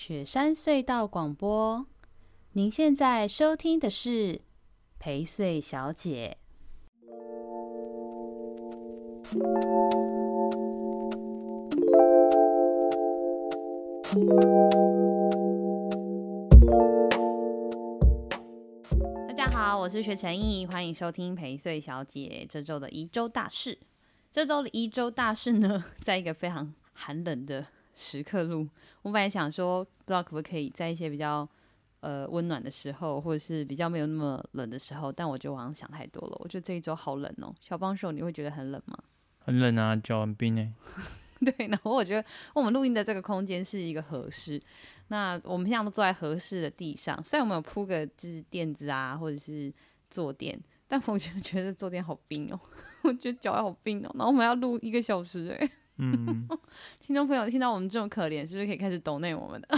雪山隧道广播，您现在收听的是陪睡小姐。大家好，我是薛成义，欢迎收听陪睡小姐这周的宜州大事。这周的宜州大事呢，在一个非常寒冷的时刻录。我本来想说，不知道可不可以在一些比较温暖的时候，或者是比较没有那么冷的时候，但我觉得我好像想太多了。我觉得这一周好冷哦，小帮手，你会觉得很冷吗？ 很冷啊，脚很冰欸。 对，然后我觉得我们录音的这个空间是一个和室，那我们现在都坐在和室的地上，虽然我们有铺个就是垫子啊，或者是坐垫，但我觉得坐垫好冰哦，我觉得脚好冰哦，然后我们要录1个小时哎。听众朋友听到我们这种可怜，是不是可以开始抖内我们的？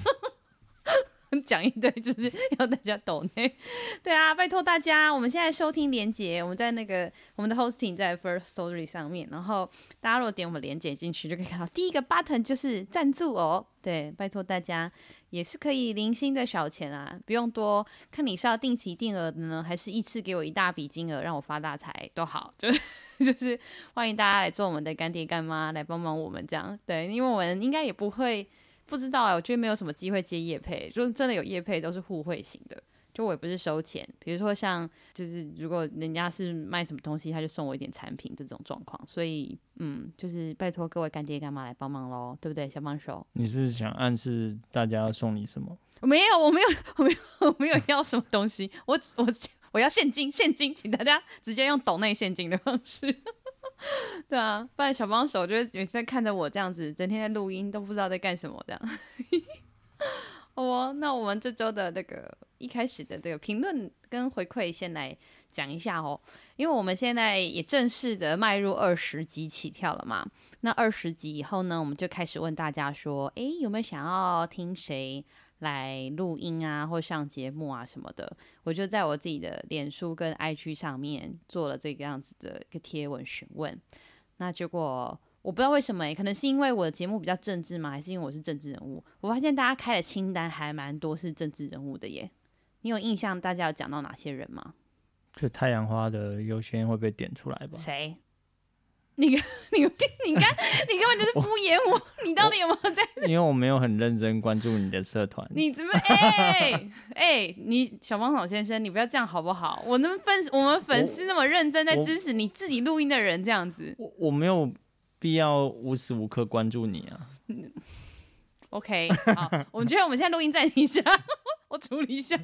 讲一堆就是要大家抖内，对啊，拜托大家，我们现在收听连结，我们在那个我们的 hosting 在 Firstory 上面，然后大家如果点我们连结进去，就可以看到第一个 button 就是赞助哦。对，拜托大家也是可以零星的小钱啊，不用多，看你是要定期定额的呢，还是一次给我一大笔金额让我发大财都好，就是欢迎大家来做我们的干爹干妈，来帮忙我们这样。对，因为我们应该也不会。不知道我觉得没有什么机会接业配，就是真的有业配都是互惠型的，就我也不是收钱，比如说像就是如果人家是卖什么东西，他就送我一点产品这种状况，所以就是拜托各位干爹干妈来帮忙咯，对不对，小帮手？ 你是想暗示大家要送你什么？ 没有，我没有要什么东西，我要现金，请大家直接用抖内现金的方式。对啊，不然小帮手就是每次在看着我这样子，整天在录音都不知道在干什么这样。好哦，那我们这周的那个一开始的这个评论跟回馈先来讲一下哦，因为我们现在也正式的迈入20集起跳了嘛。那20集以后呢，我们就开始问大家说，有没有想要听谁来录音啊，或上节目啊什么的？我就在我自己的脸书跟 IG 上面做了这个样子的一个贴文询问。那结果我不知道为什么可能是因为我的节目比较政治吗？还是因为我是政治人物？我发现大家开的清单还蛮多是政治人物的耶。你有印象大家有讲到哪些人吗？ 就太阳花的优先会被点出来吧？ 谁？你根本就是敷衍我，你到底有没有在？ 因为我没有很认真关注你的社团。 你怎么你小帮手先生，你不要这样好不好？我们粉丝那么认真在支持你自己录音的人，这样子， 我没有必要无时无刻关注你啊。 OK， 好，我觉得我们现在录音暂停一下，我处理一下。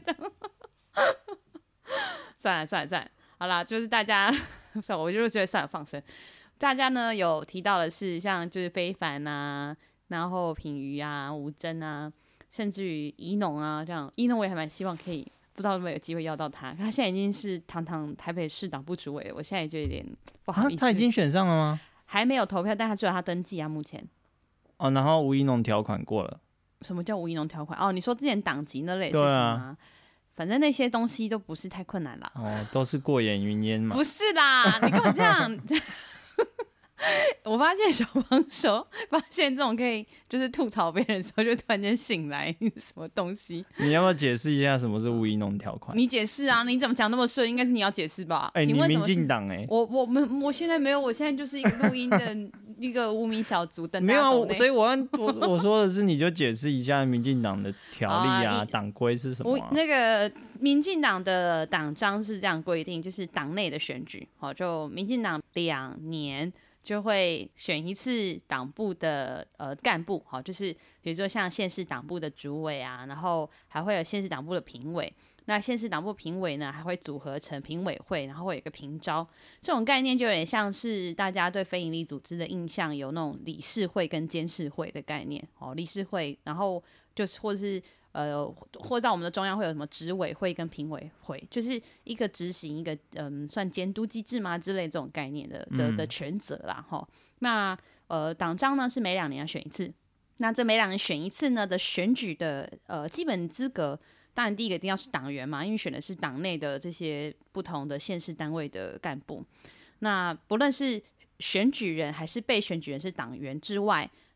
算了，好啦，就是大家，我就觉得算了，放生。大家呢有提到的是像就是非凡啊，然后品瑜啊、吴真啊，甚至于宜农啊这样。宜农我也还蛮希望可以，不知道有没有机会要到他。他现在已经是堂台北市党部主委了，我现在就有点不好意思。 他已经选上了吗？ 还没有投票，但他最后他登记啊，目前。 哦，然后吴怡农条款过了。 什么叫吴怡农条款？哦，你说之前党籍那类事情吗？反正那些东西都不是太困难啦。 哦，都是过眼云烟嘛。 不是啦，你干嘛这样？我发现小帮手发现这种可以就是吐槽别人的时候，就突然间醒来，什么东西？ 你要不要解释一下什么是吴怡农条款？ 你解释啊！你怎么讲那么顺？应该是你要解释吧？请问你民进党我现在没有，我现在就是一个录音的一个无名小卒，等大家没有啊，所以我说的是，你就解释一下民进党的条例啊，党规是什么啊？ 那个民进党的党章是这样规定，就是党内的选举，就民进党2年。就会选一次党部的干部，就是比如说像县市党部的主委啊，然后还会有县市党部的评委。那县市党部评委呢，还会组合成评委会，然后会有一个评招。这种概念就有点像是大家对非营利组织的印象有那种理事会跟监事会的概念理事会，然后就是或者是或到我们的中央会有什么执委会跟评委会，就是一个执行一个算监督机制吗之类这种概念的权责啦齁。那党章呢是每2年要选一次，那这每2年选一次呢的选举的基本资格，当然第一个一定要是党员嘛，因为选的是党内的这些不同的县市单位的干部。那不论是选举人还是被选举人是党员之外，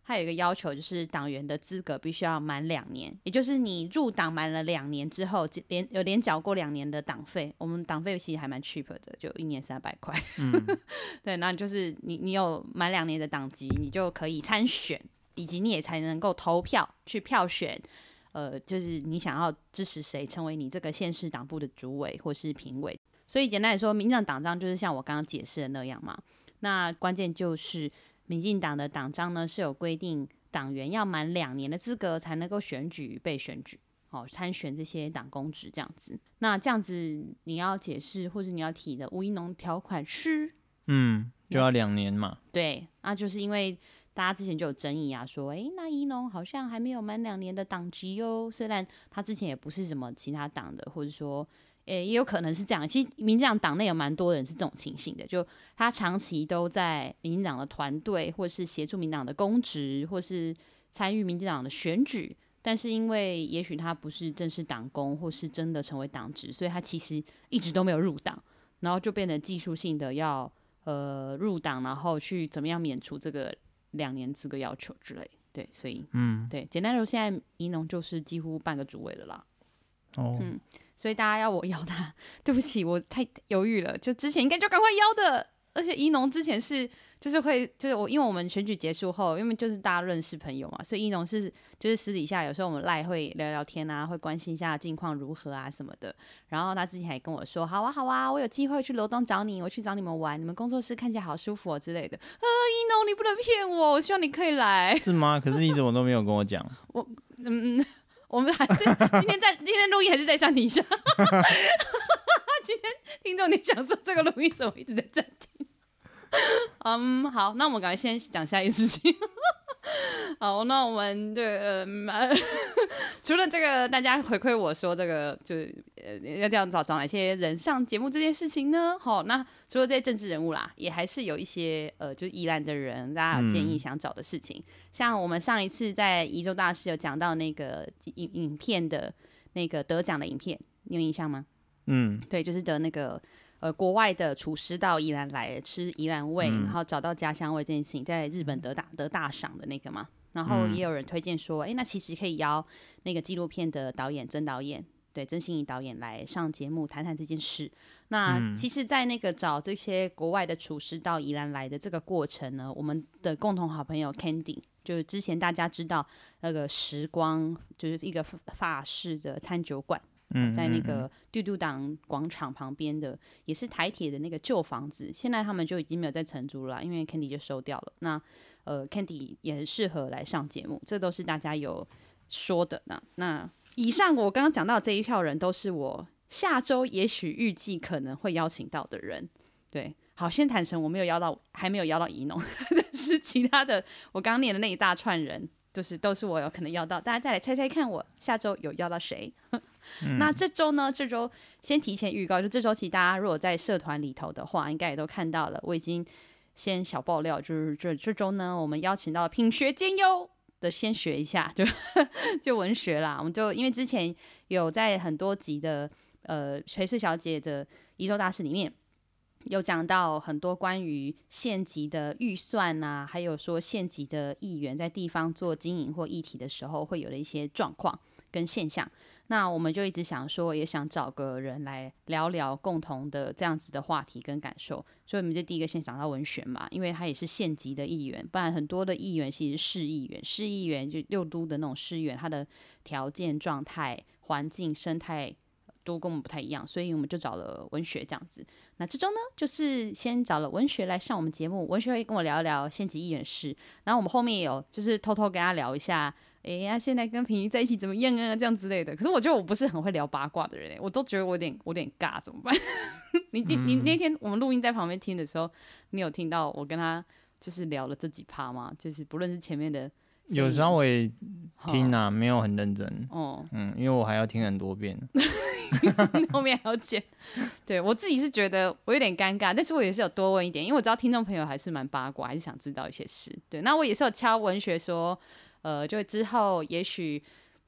它有一个要求，就是党员的资格必须要满2年，也就是你入党满了2年之后，连缴过2年的党费。我们党费其实还蛮 cheap 的，就1年300块。对，然后就是你有满2年的党籍，你就可以参选，以及你也才能够投票去票选。就是你想要支持谁成为你这个县市党部的主委或是评委。所以简单来说，民进党党章就是像我刚刚解释的那样嘛。那关键就是民进党的党章呢是有规定，党员要满2年的资格才能够选举被选举，参选这些党公职这样子。那这样子你要解释或是你要提的吴怡农条款是， 就要2年嘛。 对，那就是因为大家之前就有争议啊，说那怡农好像还没有满2年的党籍哦，虽然他之前也不是什么其他党的，或者说也有可能是这样。其实民进党党内有蛮多人是这种情形的，就他长期都在民进党的团队，或是协助民进党的公职，或是参与民进党的选举，但是因为也许他不是正式党工，或是真的成为党职，所以他其实一直都没有入党，然后就变成技术性的要入党，然后去怎么样免除这个2年资格要求之类。对，所以对，简单来说，现在怡农就是几乎半个主委了啦。所以大家要我邀他，对不起，我太犹豫了，就之前应该就赶快邀的。而且怡农之前就是因为我们选举结束后，因为就是大家认识朋友嘛，所以怡农就是私底下有时候我们赖会聊聊天啊，会关心一下近况如何啊什么的。然后他之前还跟我说，好啊，我有机会去罗东找你，我去找你们玩，你们工作室看起来好舒服哦之类的。怡农你不能骗我，我希望你可以来。 是吗？可是你怎么都没有跟我讲？ 我们还是今天录音还是再暂停一下。今天听众你想说这个录音怎么一直在暂停？好，那我们赶快先讲下一件事情。好，那我们除了这个大家回馈我说这个要找哪些人上节目这件事情呢？好，那除了这些政治人物啦，也还是有一些就是宜兰的人，大家有建议想找的事情。像我们上一次在宜州大师有讲到那个影片的那个得奖的影片，你有印象吗？对，就是得那个国外的厨师到宜兰来吃宜兰味，然后找到家乡味这件事情，在日本得大赏的那个嘛。然后也有人推荐说，那其实可以邀那个纪录片的导演曾导演，对，曾心怡导演来上节目谈谈这件事。那其实，在那个找这些国外的厨师到宜兰来的这个过程呢，我们的共同好朋友 Candy， 就是之前大家知道那个时光，就是一个法式的餐酒馆。在那个杜杜党广场旁边的，也是台铁的那个旧房子，现在他们就已经没有在承租了，因为 Candy 就收掉了。那Candy 也很适合来上节目，这都是大家有说的。那以上我刚刚讲到这一票人，都是我下周也许预计可能会邀请到的人。对，好，先坦诚我还没有邀到怡农，但是其他的我刚念的那一大串人，就是都是我有可能邀到，大家再来猜猜看，我下周有邀到谁？那这周呢？这周先提前预告，就这周其实大家如果在社团里头的话，应该也都看到了，我已经先小爆料，就是这周呢，我们邀请到品学兼优的，先学一下，就文学啦。我们就因为之前有在很多集的垂穗小姐的宜州大事里面，有讲到很多关于县级的预算啊，还有说县级的议员在地方做经营或议题的时候会有的一些状况跟现象。那我们就一直想说，也想找个人来聊聊共同的这样子的话题跟感受，所以我们就第一个先想到文选嘛，因为他也是县级的议员，不然很多的议员其实是市议员就6都的那种市议员，他的条件、状态、环境、生态都跟我们不太一样，所以我们就找了文学这样子。那这周呢，就是先找了文学来上我们节目，文学会跟我聊一聊县级议员事，然后我们后面也有就是偷偷跟他聊一下。现在跟品瑜在一起怎么样啊？这样之类的。可是我觉得我不是很会聊八卦的人，我都觉得我有点尬，怎么办？你那天我们录音在旁边听的时候，你有听到我跟他就是聊了这几趴吗？就是不论是前面的， 有稍微听啊，没有很认真。因为我还要听很多遍， 后面还要剪。对，我自己是觉得我有点尴尬，但是我也是有多问一点，因为我知道听众朋友还是蛮八卦，还是想知道一些事。对，那我也是有敲文学说。就之后也许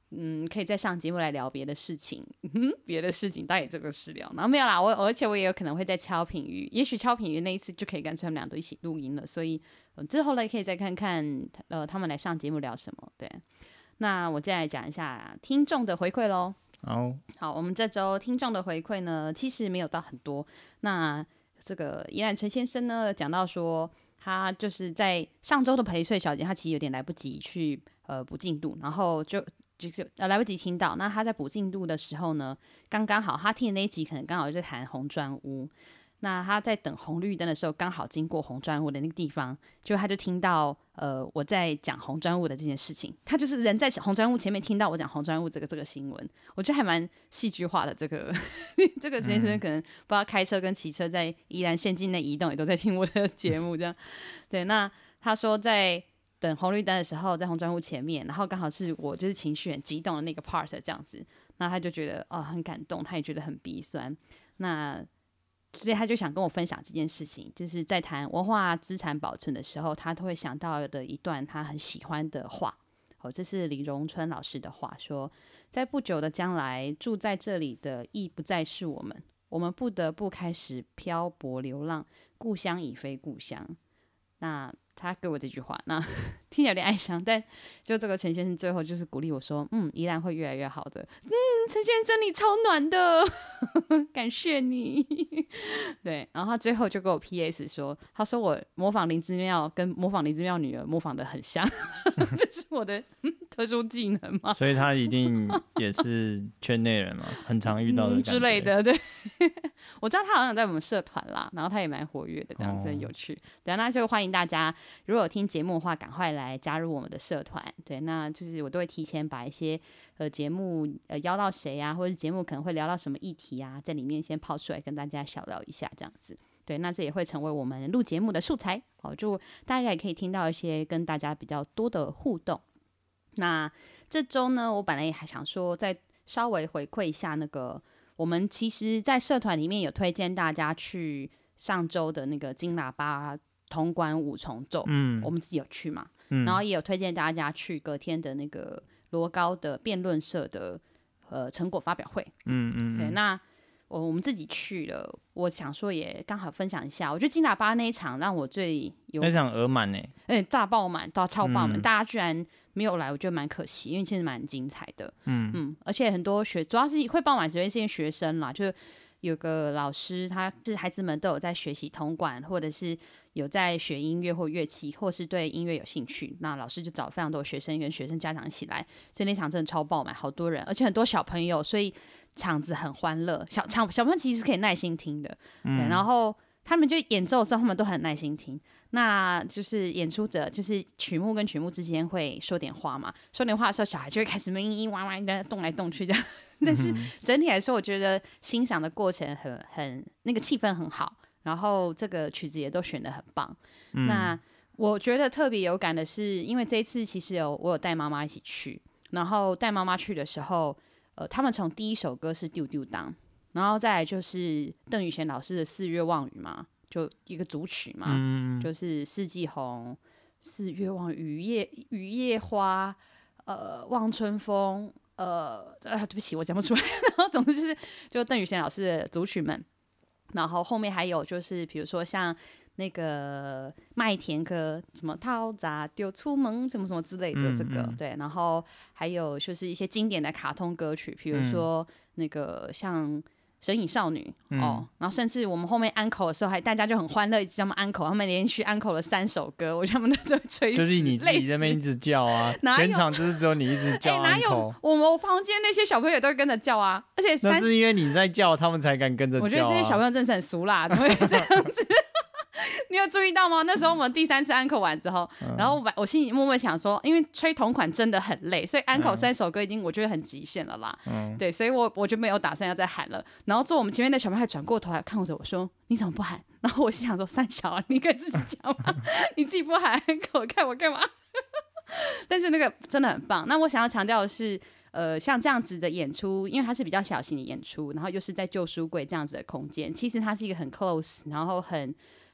可以再上节目来聊别的事情，别的事情倒也这个事聊，然后没有啦，而且我也有可能会再敲品瑜，也许敲品瑜那一次就可以干脆他们俩都一起录音了，所以之后呢可以再看看他们来上节目聊什么。对，那我接下来讲一下听众的回馈咯。好，我们这周听众的回馈呢，其实没有到很多。那这个宜兰陈先生呢，讲到说，他就是在上周的陪睡小姐，他其实有点来不及去补进度，然后就来不及听到。那他在补进度的时候呢，刚刚好他听的那一集可能刚好在谈红砖屋。那他在等红绿灯的时候，刚好经过红砖屋的那个地方，他就听到我在讲红砖屋的这件事情。他就是人在红砖屋前面听到我讲红砖屋这个新闻，我觉得还蛮戏剧化的。这个先生可能不知道开车跟骑车在宜兰县境内移动，也都在听我的节目这样。对，那他说在等红绿灯的时候，在红砖屋前面，然后刚好是我就是情绪很激动的那个 part 这样子，那他就觉得很感动，他也觉得很鼻酸。那所以他就想跟我分享这件事情，就是在谈文化资产保存的时候，他都会想到的一段他很喜欢的话。这是李荣春老师的话，说在不久的将来，住在这里的亦不再是我们，我们不得不开始漂泊流浪，故乡已非故乡。那他给我这句话，那听起来有点哀伤，但就这个陈先生最后就是鼓励我说，宜兰会越来越好的。陈先生你超暖的，感谢你。对，然后他最后就给我 PS 说，他说我模仿林姿妙跟模仿林姿妙女儿模仿的很像，这是我的特殊技能吗？ 所以他一定也是圈内人嘛，很常遇到的感觉之类的。对，我知道他好像有在我们社团啦，然后他也蛮活跃的，这样子很有趣。对，那就欢迎大家，如果有听节目的话，赶快来加入我们的社团。对，那就是我都会提前把一些节目邀到谁啊，或者是节目可能会聊到什么议题啊，在里面先抛出来跟大家小聊一下这样子。对，那这也会成为我们录节目的素材。就大家也可以听到一些跟大家比较多的互动。那这周呢，我本来也还想说再稍微回馈一下那个，我们其实在社团里面有推荐大家去上周的那个金喇叭铜管五重奏，我们自己有去嘛，然后也有推荐大家去隔天的那个罗高的辩论社的成果发表会，对，那我们自己去了，我想说也刚好分享一下，我觉得金喇叭那一场让我最有那场额满欸， 炸爆满，到超爆满，大家居然没有来，我觉得蛮可惜，因为其实蛮精彩的，而且很多主要是会爆满，主要是因为学生啦，就有个老师，他是孩子们都有在学习铜管，或者是有在学音乐或乐器，或是对音乐有兴趣，那老师就找非常多的学生跟学生家长一起来，所以那场真的超爆满，好多人，而且很多小朋友，所以场子很欢乐。小朋友其实是可以耐心听的，对，然后他们就演奏的时候，他们都很耐心听。那就是演出者，就是曲目跟曲目之间会说点话嘛，说点话的时候，小孩就会开始嘤嘤哇哇的动来动去这样。但是整体来说，我觉得欣赏的过程很那个气氛很好，然后这个曲子也都选得很棒。那我觉得特别有感的是，因为这一次其实我有带妈妈一起去，然后带妈妈去的时候，他们从第一首歌是丢丢当，然后再来就是邓雨贤老师的《四月望雨》嘛，就一个主曲嘛，就是四季红、四月望雨夜花、望春风，对不起，我讲不出来。然后总之就邓雨贤老师的主曲们，然后后面还有就是比如说像那个麦田歌，什么套杂丢出门什么什么之类的，这个对，然后还有就是一些经典的卡通歌曲，比如说那个像神隐少女然后甚至我们后面安口的时候，大家就很欢乐，一直叫他们安口，他们连续安口了3首歌，我觉得他们都在吹， 就是你自己在那边一直叫啊，全场就是只有你一直叫安口， 哪有我房间那些小朋友都会跟着叫啊，而且那是因为你在叫，他们才敢跟着叫， 我觉得这些小朋友真的是很俗辣，怎么会这样子？你有注意到吗？那时候我们第3次安可完之后，然后我心里默默想说，因为吹同款真的很累，所以安可3首歌已经我觉得很极限了啦。对，所以我就没有打算要再喊了。然后坐我们前面的小朋友还转过头来看着我说：“你怎么不喊？”然后我心想说：“三小啊，你可以自己讲嘛，你自己不喊安可，看我干嘛？”但是那个真的很棒。那我想要强调的是，像这样子的演出，因为它是比较小型的演出，然后又是在旧书柜这样子的空间，其实它是一个很 close，然后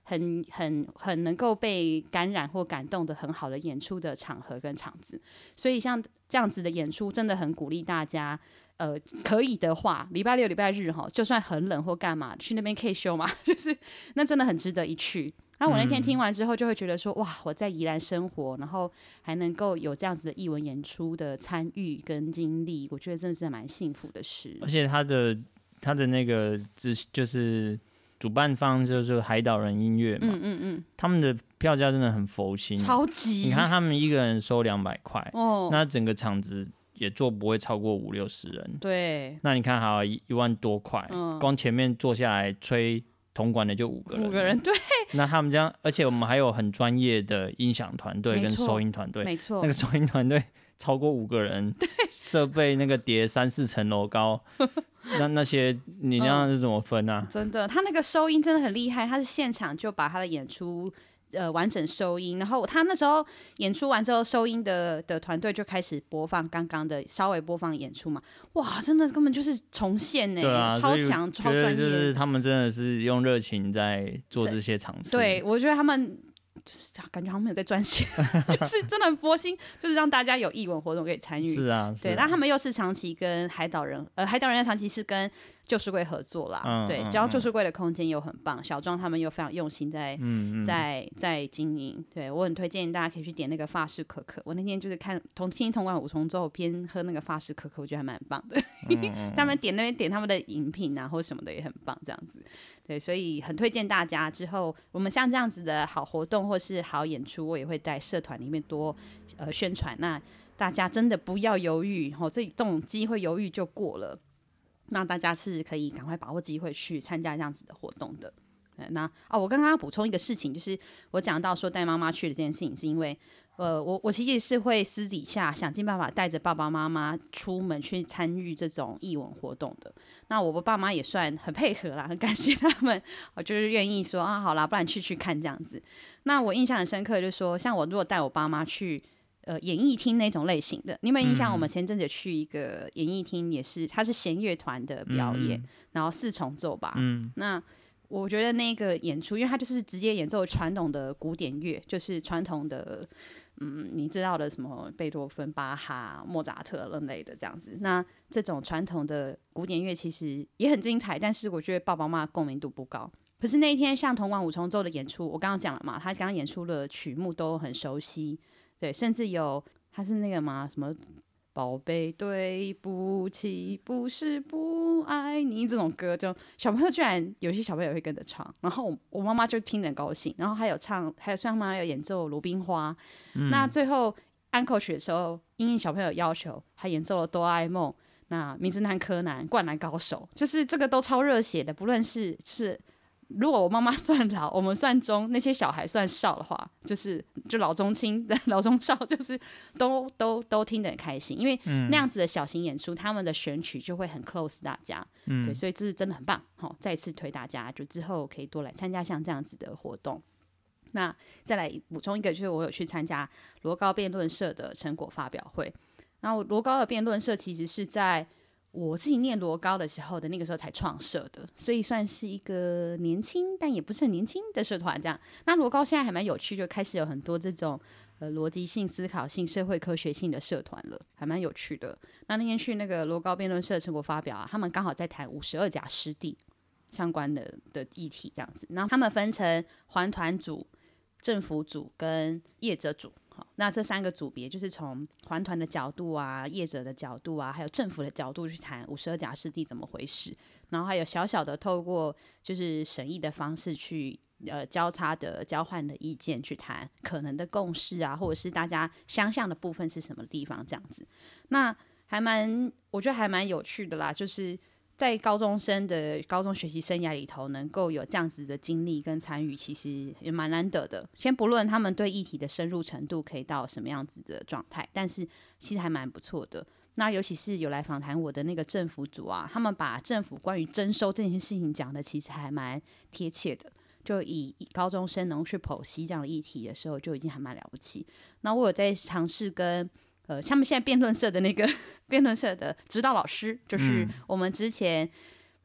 很能够被感染或感动的很好的演出的场合跟场子。所以像这样子的演出，真的很鼓励大家。可以的话，礼拜六、礼拜日就算很冷或干嘛，去那边可以休嘛，就是那真的很值得一去。那我那天听完之后，就会觉得说，哇，我在宜兰生活，然后还能够有这样子的艺文演出的参与跟经历，我觉得真的是蛮幸福的事。 而且他的那个就是主办方就是海岛人音乐嘛，他们的票价真的很佛心， 超级。 你看他们一个人收200块，那整个场子也坐不会超过50-60人， 对。 那你看还有1万多块，光前面坐下来吹铜管的就5个人， 对。 那他们这样，而且我们还有很专业的音响团队跟收音团队， 没错， 那个收音团队超过5个人，设备那个叠3-4层楼高，那些你那样是怎么分啊？ 真的，他那个收音真的很厉害，他是现场就把他的演出。完整收音，然后他那时候演出完之后，收音的团队就开始播放刚刚的稍微播放演出嘛，哇，真的根本就是重现呢，超强超专业， 就是他们真的是用热情在做这些场次。 对，我觉得他们感觉好像没有在赚钱，就是真的很佛心，就是让大家有艺文活动可以参与。 是啊， 对，那他们又是长期跟海岛人长期是跟旧书柜合作啦，对，只要旧书柜的空间又很棒，小庄他们又非常用心在经营，对我很推荐大家可以去点那个法式可可。我那天就是听铜管五重奏边喝那个法式可可，我觉得还蛮棒的。他们点他们的饮品啊或什么的也很棒，这样子。对，所以很推荐大家之后我们像这样子的好活动或是好演出，我也会在社团里面多宣传。那大家真的不要犹豫，这种机会犹豫就过了。那大家是可以赶快把握机会去参加这样子的活动的。那我刚刚要补充一个事情，就是我讲到说带妈妈去的这件事情，是因为我其实是会私底下想尽办法带着爸爸妈妈出门去参与这种艺文活动的。那我爸妈也算很配合啦，很感谢他们，我就是愿意说好啦，不然去看这样子。那我印象很深刻，就是说像我如果带我爸妈去演艺厅那种类型的，你有没有印象？我们前阵子去一个演艺厅，也是它是弦乐团的表演，然后4重奏吧。那我觉得那个演出，因为它就是直接演奏传统的古典乐，就是传统的你知道的什么贝多芬、巴哈、莫扎特那类的这样子。那这种传统的古典乐其实也很精彩，但是我觉得爸爸妈妈共鸣度不高。可是那一天像铜管五重奏的演出，我刚刚讲了嘛，他刚刚演出的曲目都很熟悉。对，甚至有他是那个嘛什么宝贝对不起不是不爱你这种歌，就小朋友居然有些小朋友会跟着唱，然后我妈妈就听得很高兴，然后还有像妈妈有演奏鲁冰花，那最后安可曲的时候，因为小朋友要求，还演奏了哆啦 A 梦、那名侦探柯南、灌篮高手，就是这个都超热血的，不论是如果我妈妈算老，我们算中，那些小孩算少的话，就老中青的老中少，就是都听得很开心，因为那样子的小型演出，他们的选曲就会很 close 大家，对，所以这是真的很棒。再一次推大家，就之后可以多来参加像这样子的活动。那再来补充一个，就是我有去参加罗高辩论社的成果发表会。然后罗高的辩论社其实是在我自己念罗高的时候的那个时候才创设的，所以算是一个年轻但也不是很年轻的社团这样。那罗高现在还蛮有趣，就开始有很多这种逻辑性、思考性、社会科学性的社团了，还蛮有趣的。那天去那个罗高辩论社成果发表他们刚好在谈52甲湿地相关的议题这样子。然后他们分成环团组、政府组跟业者组。那这3个组别就是从环团的角度啊、业者的角度啊，还有政府的角度去谈52甲湿地怎么回事，然后还有小小的透过就是审议的方式去交叉的交换的意见去谈可能的共识啊，或者是大家相像的部分是什么地方这样子。那我觉得还蛮有趣的啦，就是在高中生的高中学习生涯里头能够有这样子的经历跟参与，其实也蛮难得的。先不论他们对议题的深入程度可以到什么样子的状态，但是其实还蛮不错的。那尤其是有来访谈我的那个政府组啊，他们把政府关于征收这件事情讲的其实还蛮贴切的，就以高中生能去剖析这样的议题的时候就已经还蛮了不起。那我有在尝试跟他们现在辩论社的那个辩论社的指导老师，就是我们之前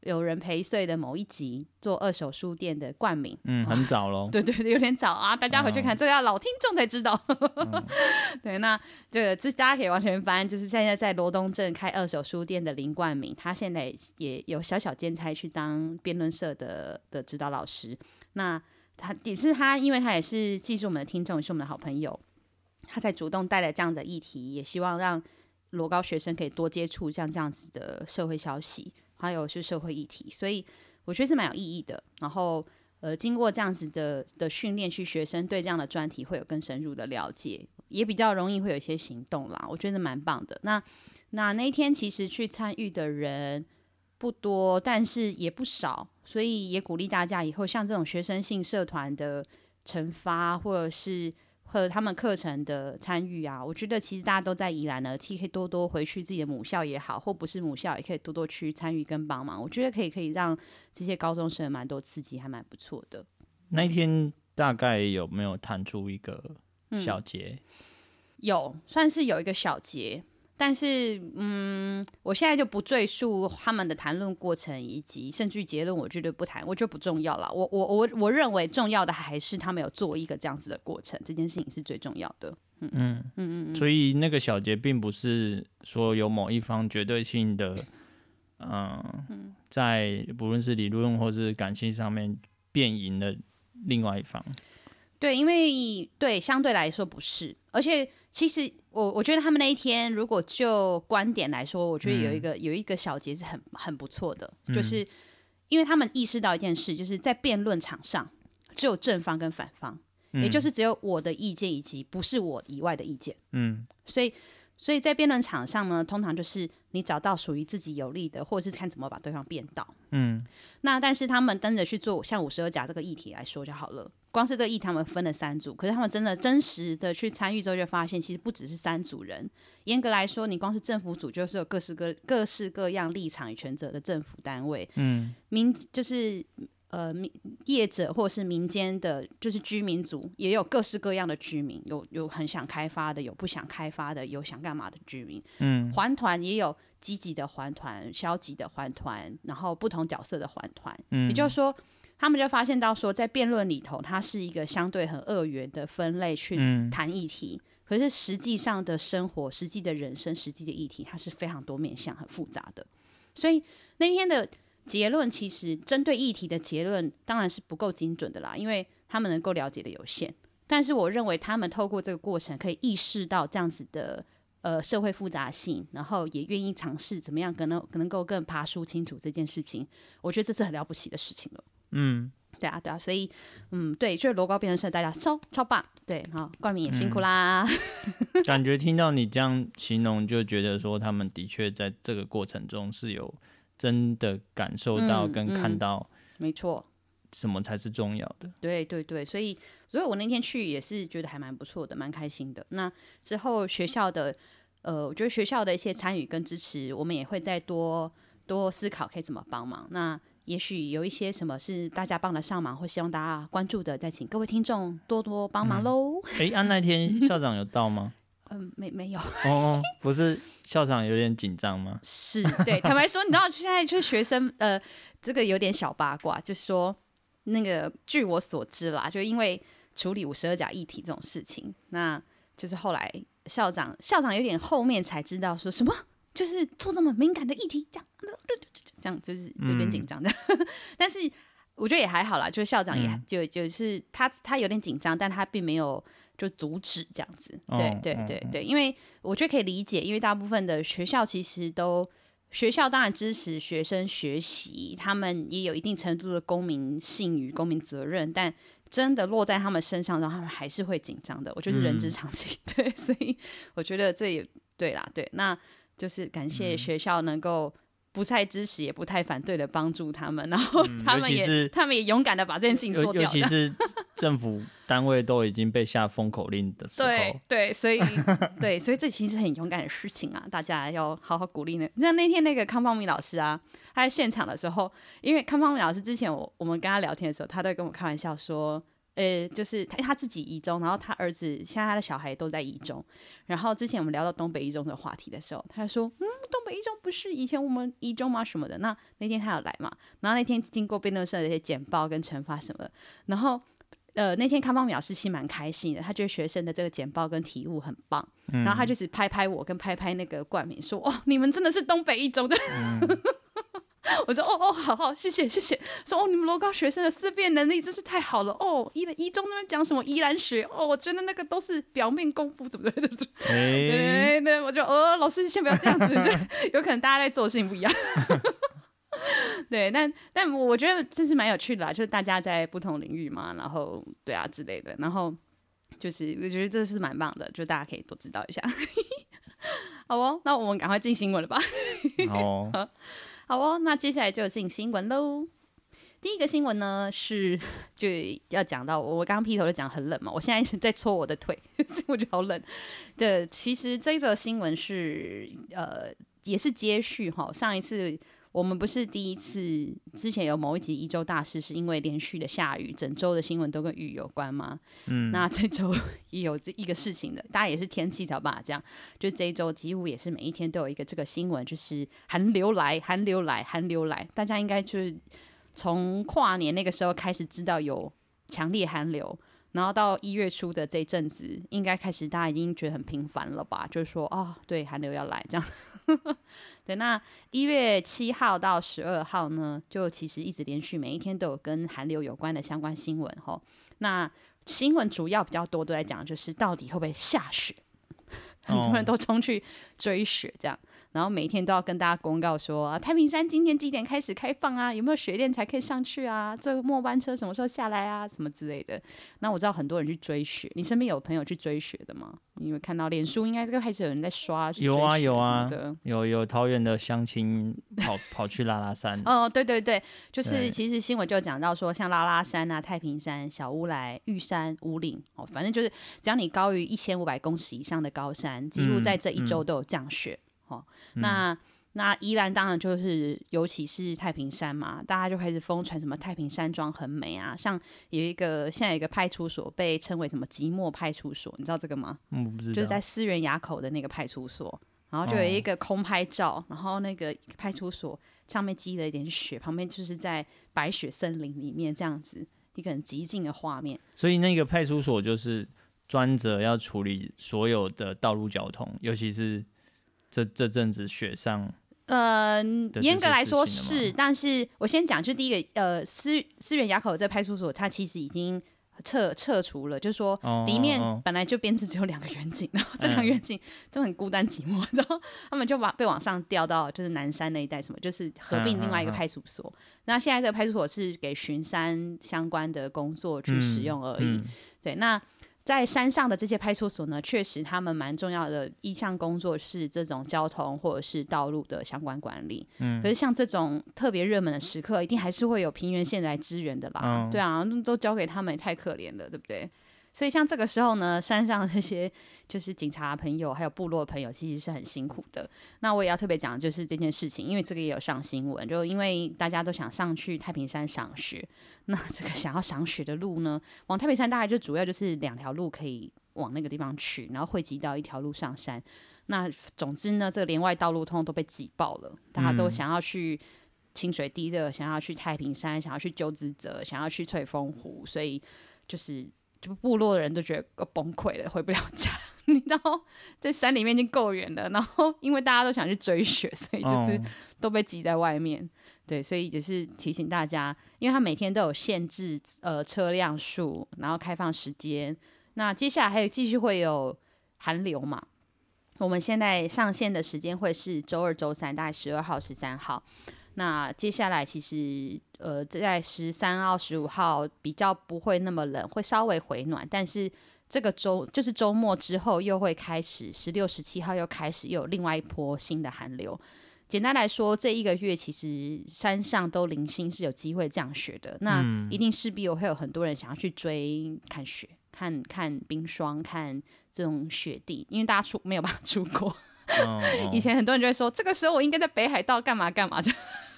有人陪睡的某一集做二手书店的冠名， 很早咯。 对对对，有点早啊，大家回去看，这个要老听众才知道。对，那这大家可以完全翻，就是现在在罗东镇开二手书店的林冠名，他现在也有小小兼差去当辩论社的指导老师。那他也是因为他也是既是我们的听众，也是我们的好朋友，他才主动带来这样的议题，也希望让罗高学生可以多接触像这样子的社会消息，还有是社会议题，所以我觉得是蛮有意义的。然后经过这样子的训练，去学生对这样的专题会有更深入的了解，也比较容易会有一些行动啦，我觉得蛮棒的。那一天其实去参与的人不多，但是也不少，所以也鼓励大家以后像这种学生性社团的惩罚，或者是和他们课程的参与啊，我觉得其实大家都在宜兰呢，其实可以多多回去自己的母校也好，或不是母校也可以多多去参与跟帮忙，我觉得可以让这些高中生蛮多刺激，还蛮不错的。 那一天大概有没有弹出一个小节？ 有，算是有一个小节，但是我现在就不赘述他们的谈论过程以及甚至结论，我觉得不谈，我觉得不重要啦。我认为重要的还是他们有做一个这样子的过程，这件事情是最重要的。 所以那个小节并不是说有某一方绝对性的，在不论是理论或是感性上面辩赢了另外一方。 对，因为对相对来说不是，而且其实我觉得他们那一天，如果就观点来说，我觉得有一个小节是很不错的，就是因为他们意识到一件事，就是在辩论场上只有正方跟反方，也就是只有我的意见以及不是我以外的意见。所以在辩论场上呢，通常就是你找到属于自己有利的，或者是看怎么把对方辩倒。那但是他们跟着去做像52甲这个议题来说就好了，光是这个议题他们分了3组，可是他们真实的去参与之后，就发现其实不只是3组人。严格来说，你光是政府组就是有各式各样立场与权责的政府单位，就是业者或是民间的，就是居民组也有各式各样的居民，有很想开发的，有不想开发的，有想干嘛的居民。环团也有积极的环团、消极的环团，然后不同角色的环团。也就是说，他们就发现到说，在辩论里头，它是一个相对很二元的分类去谈议题，可是实际上的生活、实际的人生、实际的议题，它是非常多面向、很复杂的。所以那天的结论其实针对议题的结论当然是不够精准的啦，因为他们能够了解的有限。但是我认为他们透过这个过程可以意识到这样子的社会复杂性，然后也愿意尝试怎么样可能够更爬梳清楚这件事情，我觉得这是很了不起的事情了。对啊，所以对，就是罗高辩论社大家超棒，对，好，冠名也辛苦啦。 感觉听到你这样形容，就觉得说他们的确在这个过程中是有真的感受到跟看到， 没错， 什么才是重要的。 对对对，所以我那天去也是觉得还蛮不错的，蛮开心的。那之后学校的我觉得学校的一些参与跟支持，我们也会再多思考可以怎么帮忙。那也许有一些什么是大家帮得上忙或希望大家关注的，再请各位听众多多帮忙咯。 那天校长有到吗？ 没有。 不是校长有点紧张吗？ 是，对，坦白说，你知道现在就是学生这个有点小八卦，就是说那个据我所知啦，就因为处理52甲议题这种事情，那就是后来校长有点后面才知道说什么，就是做这么敏感的议题，这样就是有点紧张的。但是我觉得也还好啦，就是校长也就是他有点紧张，但他并没有就阻止这样子。对，因为我觉得可以理解，因为大部分的学校其实学校当然支持学生学习，他们也有一定程度的公民性与公民责任，但真的落在他们身上，然后他们还是会紧张的。我觉得人之常情，对，所以我觉得这也对啦，对，那就是感谢学校能够不太支持也不太反对的帮助他们，然后他们也勇敢的把这件事情做掉， 尤其是政府单位都已经被下封口令的时候， 对，所以这其实是很勇敢的事情啊，大家要好好鼓励呢。像那天那个康芳米老师啊，他在现场的时候，因为康芳米老师之前我们跟他聊天的时候，他都会跟我开玩笑说。就是他自己宜中，然后他儿子现在他的小孩都在宜中，然后之前我们聊到东北一中的话题的时候，他就说东北北一中不是以前我们一中吗？什么的。那天他有来嘛，然后那天经过辩论社的一些简报跟惩罚什么的，然后那天康邦表示其实蛮开心的，他觉得学生的这个简报跟题目很棒，然后他就是拍拍我跟拍拍那个冠冕说，哦，你们真的是东北一中的。我说哦，好，谢谢。说哦，你们罗高学生的思辨能力真是太好了哦。一中那边讲什么宜兰学哦，我觉得那个都是表面功夫，怎么对？对，我就老师先不要这样子，有可能大家在做的事情不一样。对，但我觉得这是蛮有趣的啦，就是大家在不同领域嘛，然后对啊之类的，然后就是我觉得这是蛮棒的，就大家可以多知道一下。好哦，那我们赶快进新闻了吧。好哦，那接下来就进新闻喽。第一个新闻呢是就要讲到我刚刚劈头就讲很冷嘛，我现在一直在搓我的腿，我觉得好冷。对，其实这则新闻是也是接续哈，上一次我们不是第一次，之前有某一集一周大事是因为连续的下雨，整周的新闻都跟雨有关吗？那这周也有这一个事情的，大家也是天气的吧？这样，就这一周几乎也是每一天都有一个这个新闻，就是寒流来，大家应该就是从跨年那个时候开始知道有强烈寒流。然后到1月初的这一阵子，应该开始大家已经觉得很频繁了吧？就是说，哦，对，寒流要来这样。对，那1月7号到12号呢，就其实一直连续每一天都有跟寒流有关的相关新闻吼。那新闻主要比较多都在讲，就是到底会不会下雪？很多人都冲去追雪这样。然后每天都要跟大家公告说啊，太平山今天几点开始开放啊？有没有雪链才可以上去啊？这个末班车什么时候下来啊？什么之类的。那我知道很多人去追雪，你身边有朋友去追雪的吗？你有看到脸书应该就开始有人在刷去追雪什么的。 有桃园的乡亲跑去拉拉山。 对，就是其实新闻就讲到说，像拉拉山啊、太平山、小乌来、玉山、五岭，反正就是只要你高于1500公尺以上的高山，几乎在这一周都有降雪。那宜兰当然就是尤其是太平山嘛，大家就开始疯传什么太平山庄很美啊，像现在有一个派出所被称为什么即墨派出所，你知道这个吗？ 我不知道， 就是在思源垭口的那个派出所，然后就有一个空拍照，然后那个派出所上面积了一点雪，旁边就是在白雪森林里面这样子一个很极静的画面。 所以那个派出所就是专责要处理所有的道路交通，尤其是这阵子雪上。 严格来说是，但是我先讲，就第一个，思源垭口这派出所，它其实已经撤除了，就是说里面本来就编制只有2个员警，然后这2个员警就很孤单寂寞，然后他们就被往上调到就是南山那一带，什么就是合并另外一个派出所。那现在这个派出所是给巡山相关的工作去使用而已。对，那在山上的这些派出所呢，确实他们蛮重要的一项工作是这种交通或者是道路的相关管理。可是像这种特别热门的时刻，一定还是会有平原县来支援的啦。对啊，都交给他们也太可怜了，对不对？所以像这个时候呢，山上的这些就是警察朋友还有部落的朋友其实是很辛苦的。那我也要特别讲就是这件事情，因为这个也有上新闻，就因为大家都想上去太平山赏雪，那这个想要赏雪的路呢，往太平山大概就主要就是2条路可以往那个地方去，然后汇集到1条路上山。那总之呢，这个连外道路通通都被挤爆了，大家都想要去清水地热，想要去太平山，想要去鸠兹泽，想要去翠峰湖，所以就部落的人都觉得崩溃了，回不了家。你知道，在山里面已经够远了，然后因为大家都想去追雪，所以就是都被挤在外面。对，所以也是提醒大家，因为他每天都有限制车辆数，然后开放时间。那接下来还有继续会有寒流嘛？我们现在上线的时间会是周2、周3，大概12号、13号。那接下来其实在13号、15号比较不会那么冷，会稍微回暖，但是这个就是周末之后又会开始16、17号又开始又有另外一波新的寒流。简单来说，这1个月其实山上都零星是有机会降雪的，那一定势必会有很多人想要去追看雪、看冰霜、看这种雪地，因为大家没有办法出国。以前很多人就会说，这个时候我应该在北海道干嘛干嘛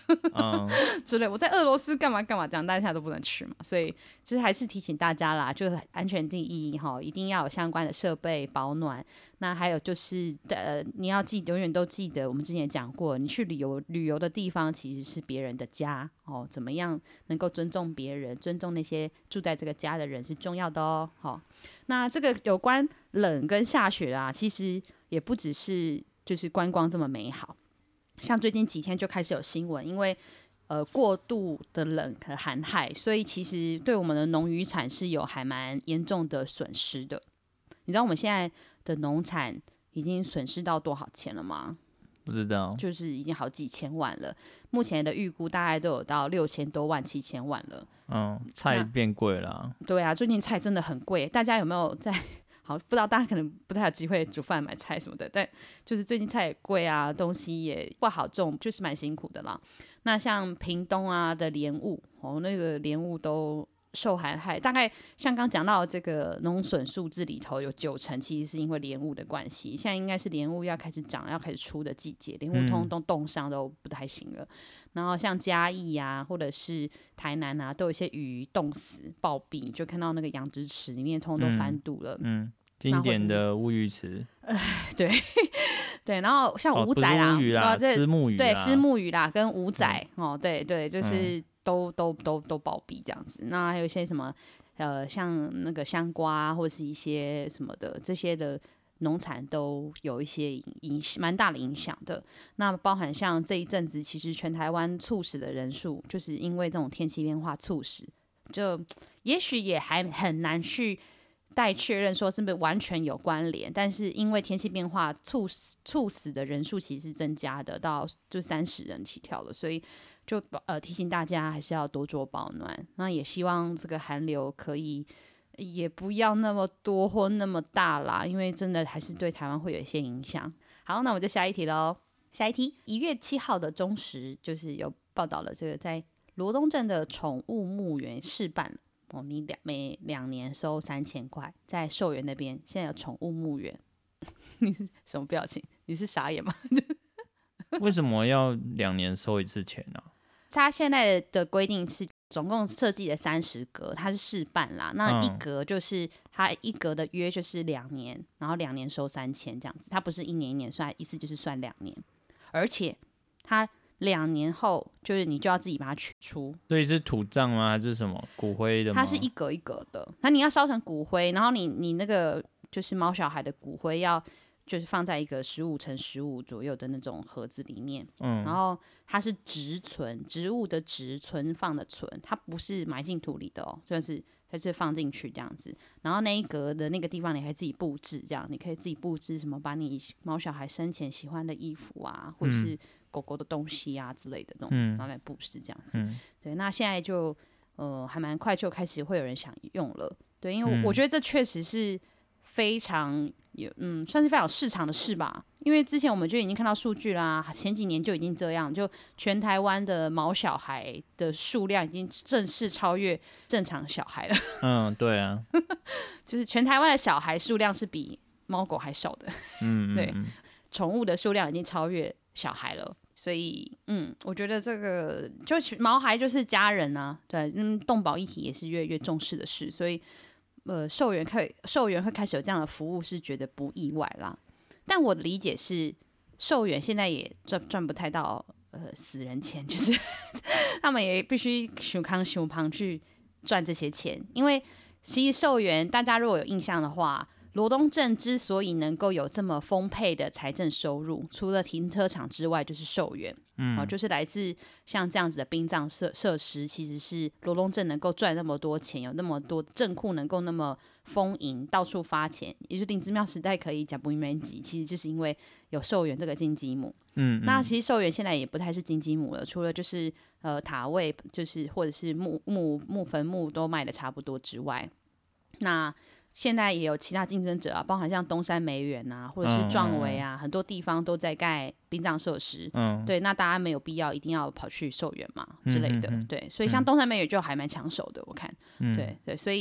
之类。我在俄罗斯干嘛干嘛这样，大家都不能去嘛，所以就是还是提醒大家啦，就是安全第一哈，一定要有相关的设备保暖。那还有就是你要永远都记得，我们之前也讲过，你去旅游的地方其实是别人的家哦，怎么样能够尊重别人，尊重那些住在这个家的人是重要的哦。好，那这个有关冷跟下雪啊，其实也不只是就是观光这么美好，像最近几天就开始有新闻，因为过度的冷和寒害，所以其实对我们的农渔产是有还蛮严重的损失的。你知道我们现在的农产已经损失到多少钱了吗？ 不知道， 就是已经好几千万了。目前的预估大概都有到6000多万、7000万了。 菜变贵了啊。 对啊，最近菜真的很贵。大家有没有在？好，不知道大家可能不太有机会煮饭、买菜什么的，但就是最近菜也贵啊，东西也不好种，就是蛮辛苦的啦。那像屏东啊的莲雾，那个莲雾都受寒害，大概像刚讲到的这个农损数字里头有90%其实是因为莲雾的关系。现在应该是莲雾要开始长、要开始出的季节，莲雾通通冻伤都不太行了。然后像嘉义啊，或者是台南啊，都有一些鱼冻死、暴毙，就看到那个养殖池里面通通都翻肚了。 经典的乌鱼池。 对对，然后像五仔啦， 不是乌鱼啦，虱目鱼啦， 对，虱目鱼啦，跟五仔对对，就是都暴毙这样子。那还有一些什么像那个香瓜或者是一些什么的，这些的农产都有一些蛮大的影响的。那包含像这一阵子，其实全台湾猝死的人数，就是因为这种天气变化猝死，就也许也还很难去待确认说是不是完全有关联，但是因为天气变化猝死的人数其实是增加的，到就30人起跳了，所以就提醒大家还是要多做保暖。那也希望这个寒流可以也不要那么多或那么大啦，因为真的还是对台湾会有一些影响。好，那我们就下一题咯。下一题，1月7号的中时就是有报道了，这个在罗东镇的宠物牧园试办了。你每2年收3000块，在寿园那边现在有宠物牧园，你是什么表情？你是傻眼吗？ 为什么要2年收一次钱呢？ 他现在的规定是总共设计了30格，它是试办啦。那一格就是它一格的约就是2年，然后2年收3000这样子，它不是1年1年算，意思就是算2年，而且它2年后就是你就要自己把它取出。 所以是土葬吗？还是什么骨灰的吗？ 它是一格一格的，那你要烧成骨灰，然后你那个就是猫小孩的骨灰要就是放在一个15×15左右的那种盒子里面，然后它是植存，植物的植，存放的存，它不是埋进土里的哦，就是它是放进去这样子。然后那一格的那个地方你可以自己布置，这样你可以自己布置什么，把你猫小孩生前喜欢的衣服啊，或者是狗狗的东西啊之类的这种，拿来布置这样子。对，那现在就还蛮快就开始会有人想用了。对，因为我觉得这确实是非常算是非常有市场的事吧。因为之前我们就已经看到数据啦，前几年就已经这样，就全台湾的毛小孩的数量已经正式超越正常小孩了。 对啊， 就是全台湾的小孩数量是比猫狗还少的。对，宠物的数量已经超越小孩了。所以，我觉得这个就毛孩就是家人啊，对，动保议题也是越来越重视的事，所以，兽园会开始有这样的服务，是觉得不意外啦。但我的理解是，兽园现在也赚不太到死人钱，就是他们也必须熊康熊胖去赚这些钱，因为其实兽园大家如果有印象的话。罗东镇之所以能够有这么丰沛的财政收入，除了停车场之外，就是兽园，就是来自像这样子的殡葬设施，其实是罗东镇能够赚那么多钱，有那么多镇库能够那么丰盈，到处发钱，也就是林之庙时代可以讲不面积，其实就是因为有兽园这个金鸡母。那其实兽园现在也不太是金鸡母了，除了就是塔位，就是或者是墓坟墓都卖的差不多之外，那现在也有其他竞争者啊，包含像东山梅园啊，或者是壮围啊，很多地方都在盖殡葬设施。对，那大家没有必要一定要跑去兽园嘛之类的。对，所以像东山梅园就还蛮抢手的，我看。对，所以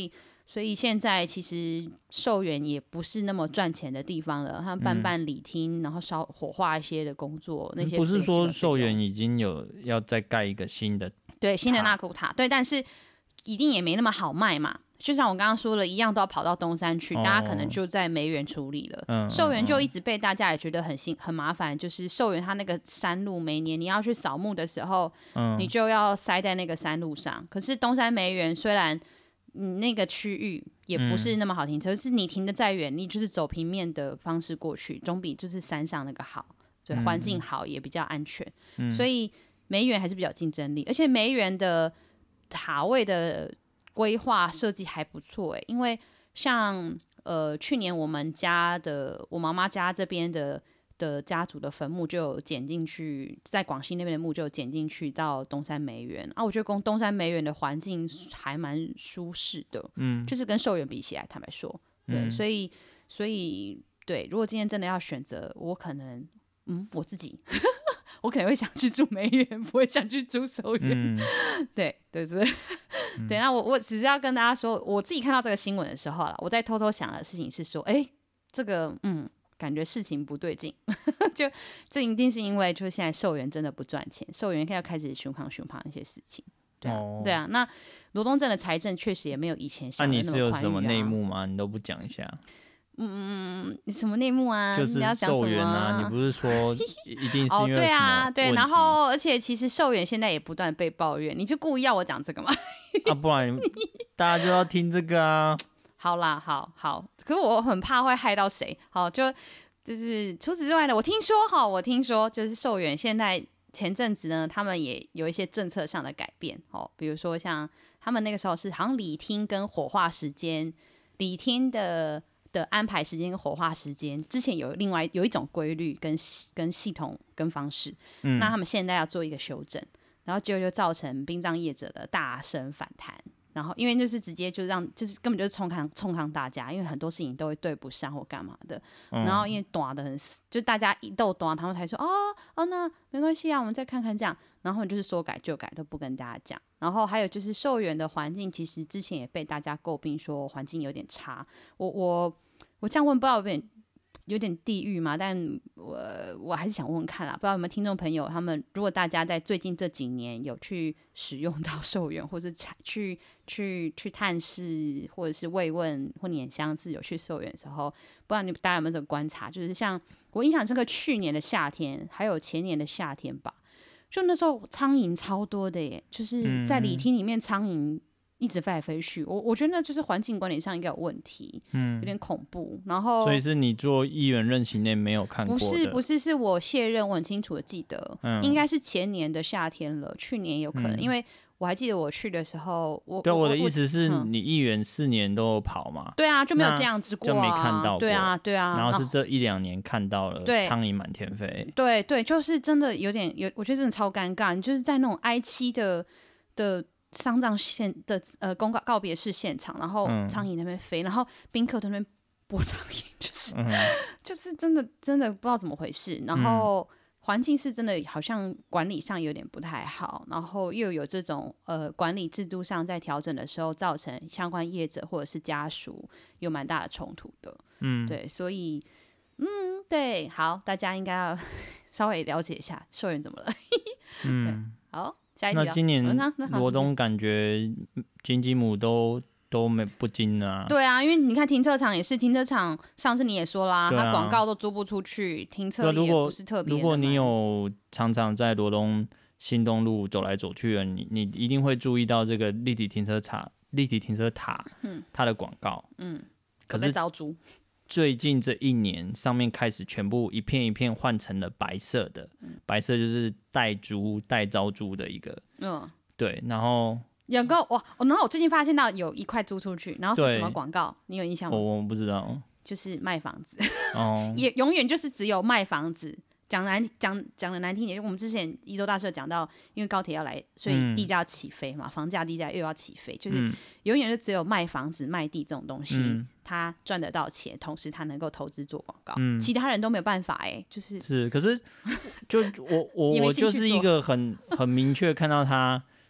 所以现在其实寿园也不是那么赚钱的地方了，他们办礼厅，然后烧火化一些的工作，那些不是说寿园已经有要再盖一个新的纳古塔，对，但是一定也没那么好卖嘛。就像我刚刚说了一样，都要跑到东山去，大家可能就在梅园处理了。寿园就一直被大家也觉得很麻烦，就是寿园它那个山路，每年你要去扫墓的时候，你就要塞在那个山路上。可是东山梅园虽然那个区域也不是那么好停车，是你停的再远，你就是走平面的方式过去，总比就是山上那个好，对，环境好也比较安全。所以梅园还是比较竞争力，而且梅园的塔位的规划设计还不错因为像去年我妈妈家这边的家族的坟墓就有剪进去，在广西那边的墓就有剪进去到东山梅园啊，我觉得东山梅园的环境还蛮舒适的，就是跟寿园比起来，坦白说，对，所以对，如果今天真的要选择，我可能我自己我可能会想去住梅园，不会想去住寿园。对，对，对。那我只是要跟大家说，我自己看到这个新闻的时候啦，我在偷偷想的事情是说，这个感觉事情不对劲，就这一定是因为就是现在寿园真的不赚钱，寿园要开始熊胖一些事情。对啊，那罗东镇的财政确实也没有以前想的那么宽裕啊。 你是有什么内幕吗？你都不讲一下？ 你什么内幕啊？ 就是寿园啊，你不是说一定是因为对啊， 对， 然后而且其实寿园现在也不断被抱怨，你就故意要我讲这个吗？ 不然大家就要听这个啊。 好啦，好，可是我很怕会害到谁。好，就是除此之外呢，我听说就是寿园现在前阵子呢，他们也有一些政策上的改变比如说像他们那个时候是好像礼厅跟火化时间，礼厅的安排时间跟火化时间之前有一种规律跟系统跟方式，那他们现在要做一个修正，然后就造成殡葬业者的大声反弹。然后因为就是直接就是根本就是冲康大家，因为很多事情都会对不上或干嘛的，然后因为短的很，就大家一斗短，他们才说那没关系啊，我们再看看这样，然后就是说改就改，都不跟大家讲。然后还有就是寿园的环境，其实之前也被大家诟病说环境有点差。我这样问不知道有点地狱嘛，但我还是想问问看啦，不知道有没有听众朋友，他们如果大家在最近这几年有去使用到寿园，或是去探视，或者是慰问或拈香，是有去寿园的时候，不知道大家有没有这个观察？就是像我印象这个去年的夏天，还有前年的夏天吧，就那时候苍蝇超多的耶，就是在礼厅里面苍蝇一直飞来飞去，我觉得那就是环境管理上应该有问题，有点恐怖。然后， 所以是你做议员任期内没有看过的？ 不是，是我卸任，我很清楚的记得，应该是前年的夏天了，去年有可能，因为我还记得我去的时候，我的意思是你议员4年都有跑嘛？ 对啊，就没有这样子过就没看到过。 对啊。 然后是这1-2年看到了苍蝇满天飞。 对，就是真的有，我觉得真的超尴尬，你就是在那种哀戚的丧葬的告别式现场，然后苍蝇那边飞，然后宾客在那边播苍蝇，就是真的不知道怎么回事。然后环境是真的好像管理上有点不太好，然后又有这种管理制度上在调整的时候，造成相关业者或者是家属有蛮大的冲突的。对，所以对，好，大家应该要稍微了解一下寿园怎么了。对，好。 那今年罗东感觉金鸡母都不金啊。 对啊，因为你看停车场也是，停车场上次你也说啦，它广告都租不出去，停车也不是特别的。 如果你有常常在罗东新东路走来走去的，你一定会注意到这个立体停车塔它的广告。 可是招租。 最近这1年，上面开始全部一片一片换成了白色的，白色就是代招租的一个，对，然后有个然后我最近发现到有一块租出去，然后是什么广告？你有印象吗？ 我不知道， 就是卖房子，也永远就是只有卖房子。讲的难听点，我们之前宜州大社讲到，因为高铁要来，所以地价要起飞嘛，房价地价又要起飞，就是永远就只有卖房子卖地这种东西，他赚得到钱，同时他能够投资做广告，其他人都没有办法就是可是就我就是一个很明确看到他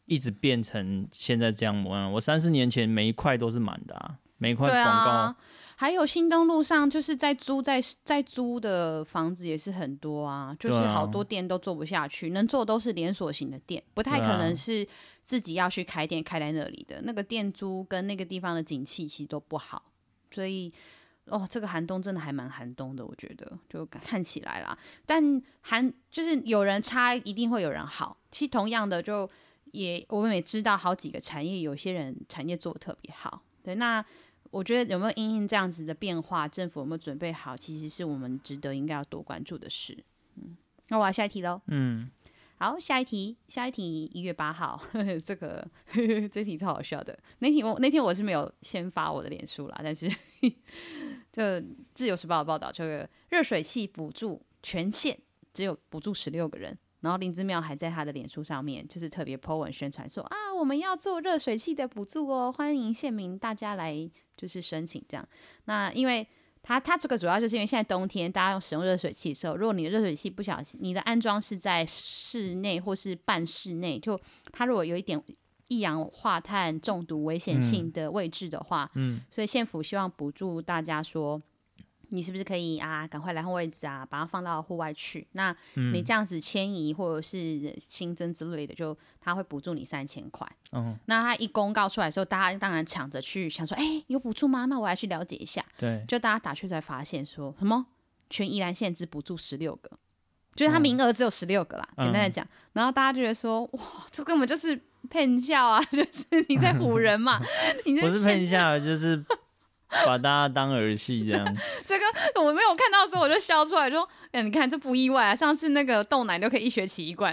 一直变成现在这样模样。我30年前每一块都是满的啊，每一块广告。 啊，还有新东路上就是在租的房子也是很多啊，就是好多店都做不下去，能做都是连锁型的店，不太可能是自己要去开店开在那里的，那个店租跟那个地方的景气其实都不好，所以这个寒冬真的还蛮寒冬的，我觉得就看起来啦。但就是有人差，一定会有人好。其实同样的，我们也知道好几个产业，有些人产业做得特别好。对，那我觉得有没有因应这样子的变化，政府有没有准备好，其实是我们值得应该要多关注的事。那我要下一题喽。好，下一题1月8号，这题超好笑的。那天我是没有先发我的脸书啦，但是就自由时报的报道，这个热水器补助全县只有补助16个人，然后林姿妙还在他的脸书上面就是特别 po 文宣传说我们要做热水器的补助哦，欢迎县民大家来就是申请这样。那因为它这个主要就是因为现在冬天大家使用热水器的时候，如果你的热水器不小心你的安装是在室内或是半室内，就它如果有一点一氧化碳中毒危险性的位置的话，所以县府希望补助大家说，你是不是可以赶快来换位置把它放到户外去？那你这样子迁移或者是新增之类的，就他会补助你3000块。那他一公告出来的时候，大家当然抢着去想说，有补助吗？那我来去了解一下。 对， 就大家打去才发现说什么全宜兰县只补助16个，就是他名额只有16个啦。简单的讲，然后大家就觉得说，哇，这根本就是骗笑啊，就是你在唬人嘛。 不是骗笑，就是把大家当儿戏这样。 这个我没有看到的时候我就笑出来，说你看这不意外啊，上次那个豆奶都可以1学期1罐。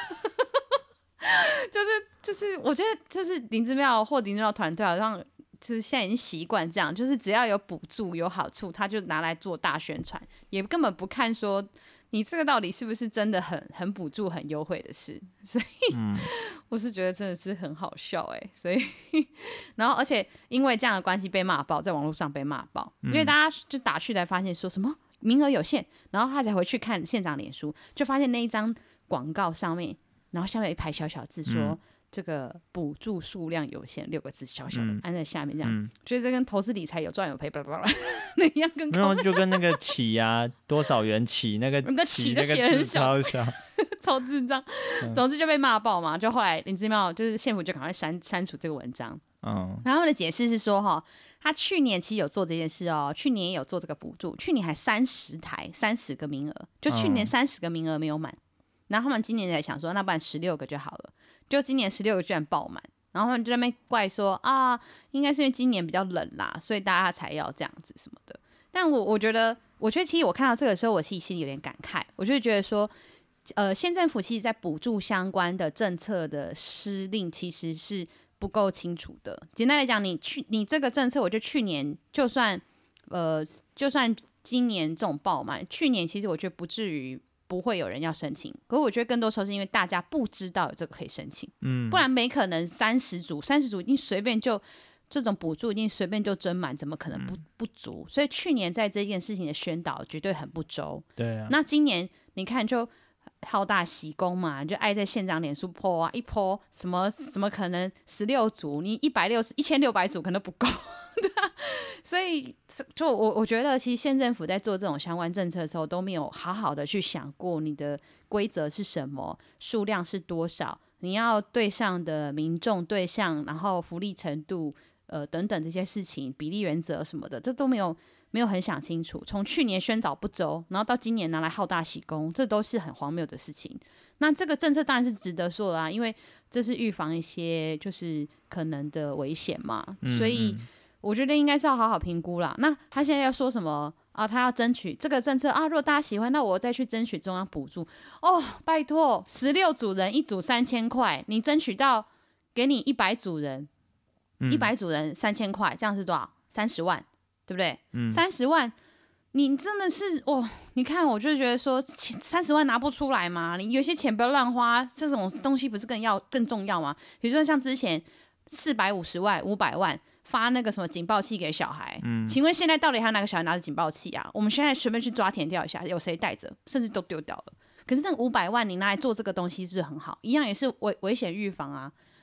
就是我觉得就是林姿妙或林姿妙团队好像就是现在已经习惯这样，就是只要有补助有好处，他就拿来做大宣传，也根本不看说你这个到底是不是真的很补助很优惠的事。所以我是觉得真的是很好笑所以然后而且因为这样的关系被骂爆，在网络上被骂爆，因为大家就打去才发现说什么名额有限，然后他才回去看县长脸书，就发现那一张广告上面，然后下面有一排小小字说这个补助数量有限，6个字小小的按在下面这样，觉得这跟投资理财有赚有赔那一样，跟没有就跟那个起多少元起那个起就写很小，超智障。总之就被骂爆嘛，就后来林姿妙就是县府就赶快删除这个文章。然后他们的解释是说他去年其实有做这件事去年也有做这个补助，去年还30个名额，就去年30个名额没有满，然后他们今年才想说那不然16个就好了，就今年16个居然爆满，然后他们就在那边怪说应该是因为今年比较冷啦，所以大家才要这样子什么的。但我觉得其实我看到这个时候我心里有点感慨，我就觉得说县政府其实在补助相关的政策的施令其实是不够清楚的。简单来讲，你这个政策，我觉得去年就算今年这种爆满，去年其实我觉得不至于不会有人要申请，可是我觉得更多时候是因为大家不知道有这个可以申请，不然没可能30组一定随便就这种补助一定随便就争满，怎么可能不足？所以去年在这件事情的宣导绝对很不周。 对啊， 那今年你看就好大喜功嘛，就爱在县长脸书 po 一 po 什么可能16组，你1600组可能不够。对啊，所以就我觉得其实县政府在做这种相关政策的时候都没有好好的去想过你的规则是什么，数量是多少，你要对上的民众对象，然后福利程度等等这些事情，比例原则什么的，这都没有很想清楚。从去年宣导不周，然后到今年拿来好大喜功，这都是很荒谬的事情。那这个政策当然是值得说的因为这是预防一些就是可能的危险嘛，所以我觉得应该是要好好评估啦。那他现在要说什么他要争取这个政策如果大家喜欢，那我再去争取中央补助拜托，16组人一组3000块，你争取到给你100组人，100组人3000块，这样是多少？30万，对不对？30万，你真的是你看，我就觉得说30万拿不出来嘛，你有些钱不要乱花，这种东西不是更重要吗？比如说像之前450万、500万发那个什么警报器给小孩，请问现在到底还有哪个小孩拿着警报器啊？我们现在随便去抓填掉一下，有谁带着？甚至都丢掉了。可是那个500万你拿来做这个东西是不是很好？一样也是危险预防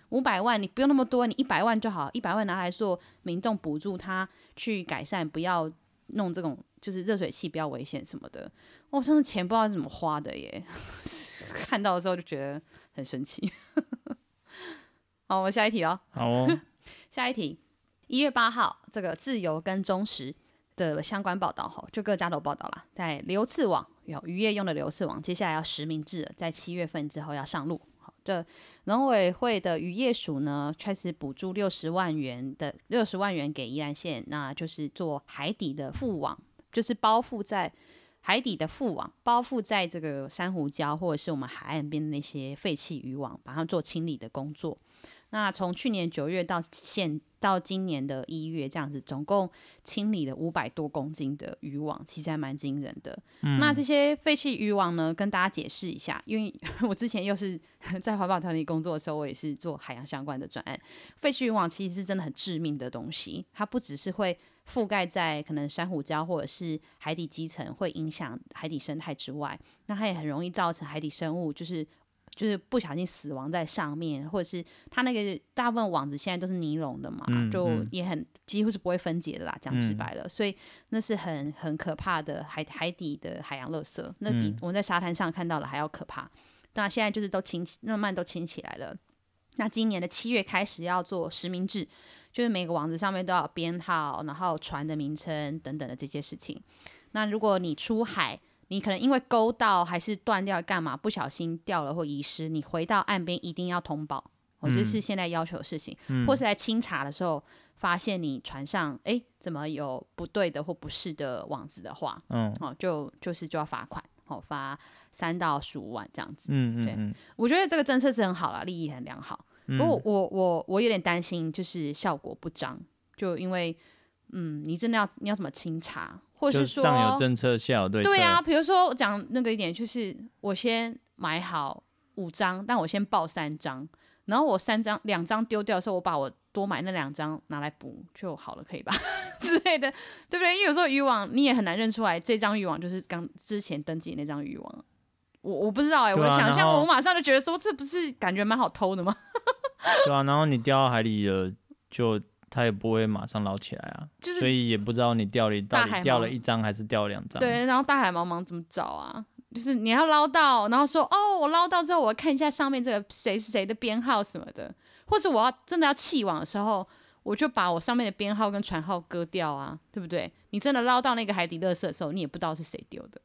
500万你不用那么多，你100万就好，100万拿来做民众补助他去改善，不要弄这种就是热水器不要危险什么的。我真的钱不知道是怎么花的耶，看到的时候就觉得很生气。好，我们下一题咯。 好哦。 下一题，1月8号，这个自由跟中时的相关报道，就各家都报道啦，在流刺网有渔业用的流刺网，接下来要实名制了，在7月份之后要上路。这农委会的渔业署呢，开始补助60万元给宜兰县，那就是做海底的覆网，就是包覆在海底的覆网，包覆在这个珊瑚礁或者是我们海岸边的那些废弃渔网，把它做清理的工作。那从去年9月到今年的1月这样子，总共清理了500多公斤的渔网，其实还蛮惊人的。那这些废弃渔网呢，跟大家解释一下，因为我之前又是在环保团体工作的时候，我也是做海洋相关的专案。废弃渔网其实是真的很致命的东西，它不只是会覆盖在可能珊瑚礁或者是海底基层，会影响海底生态之外，那它也很容易造成海底生物就是不小心死亡在上面，或者是它那个大部分网子现在都是尼龙的嘛，就也几乎是不会分解的啦，讲直白了，所以那是很可怕的海底的海洋垃圾，那比我们在沙滩上看到的还要可怕。那现在就是慢慢都清起来了。那今年的7月开始要做实名制，就是每个网子上面都要有编号，然后船的名称等等的这些事情。那如果你出海，你可能因为勾到还是断掉干嘛，不小心掉了或遗失，你回到岸边一定要通报，这是现在要求的事情。或是来清查的时候，发现你船上怎么有不对的或不是的网子的话，就要罚款，罚3到15万这样子。对，我觉得这个政策是很好啦，利益很良好。不过我有点担心，就是效果不彰，就因为你真的你要怎么清查？或是说上有政策下有对策。 对啊，比如说我讲那个一点，就是我先买好5张，但我先报3张，然后我2张丢掉的时候，我把我多买那2张拿来补就好了，可以吧？之类的，对不对？因为有时候渔网你也很难认出来，这张渔网就是之前登记的那张渔网。我不知道我的想象，我马上就觉得说，这不是感觉蛮好偷的吗？ 对啊，然后你掉到海里了，就他也不会马上捞起来啊，所以也不知道你到底掉了1张还是掉了2张。 对，然后大海茫茫怎么找啊？就是你要捞到，然后说我捞到之后，我看一下上面这个谁是谁的编号什么的，或是我真的要弃网的时候，我就把我上面的编号跟船号割掉啊，对不对？你真的捞到那个海底垃圾的时候，你也不知道是谁丢的。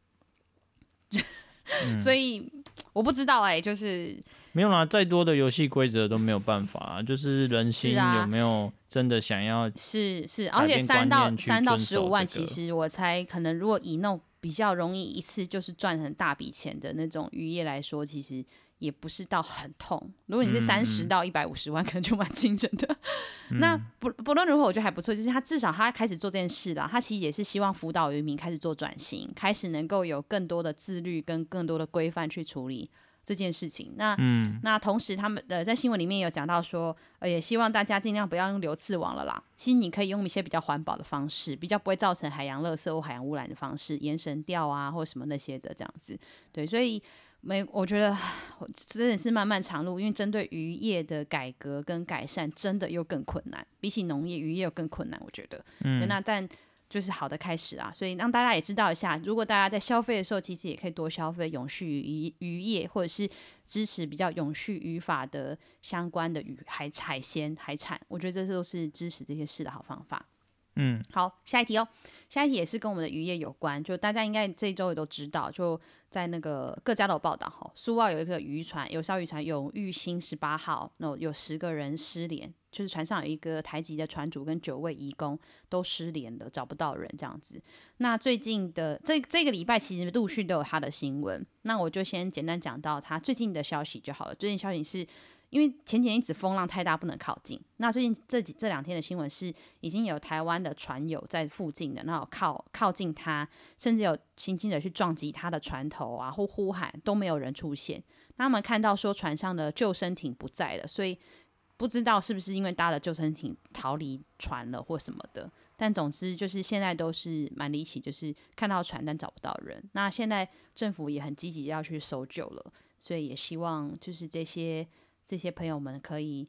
所以我不知道就是没有啦，再多的游戏规则都没有办法就是人心有没有真的想要是，而且3到15万，其实我猜可能如果以那种比较容易一次就是赚很大笔钱的那种渔业来说，其实也不是到很痛。如果你是30到150万，可能就蛮惊人的。那不论如何，我觉得还不错，就是他至少他开始做这件事啦。他其实也是希望辅导渔民开始做转型，开始能够有更多的自律跟更多的规范去处理这件事情。那同时他们在新闻里面有讲到说，也希望大家尽量不要用流刺网了啦。其实你可以用一些比较环保的方式，比较不会造成海洋垃圾或海洋污染的方式，延绳钓啊或什么那些的这样子。对，所以我觉得真的是漫漫长路，因为针对渔业的改革跟改善，真的又更困难，比起农业，渔业又更困难，我觉得。对，那但就是好的开始啊，所以让大家也知道一下，如果大家在消费的时候，其实也可以多消费永续渔业，或者是支持比较永续渔法的相关的海鲜海产，我觉得这都是支持这些事的好方法。好，下一题下一题也是跟我们的渔业有关，就大家应该这一周也都知道，就在那个各家都有报道苏澳有一个有艘渔船永裕兴18号，那有10个人失联，就是船上有一个台籍的船主跟9位移工都失联了，找不到人这样子。那最近的这个礼拜其实陆续都有他的新闻，那我就先简单讲到他最近的消息就好了。最近消息是因为前几天一直风浪太大不能靠近，那最近这2天的新闻是已经有台湾的船友在附近的，那靠近他，甚至有轻轻的去撞击他的船头啊或呼喊，都没有人出现。那他们看到说船上的救生艇不在了，所以不知道是不是因为搭了救生艇逃离船了或什么的，但总之就是现在都是蛮离奇，就是看到船但找不到人。那现在政府也很积极要去搜救了，所以也希望就是这些朋友们可以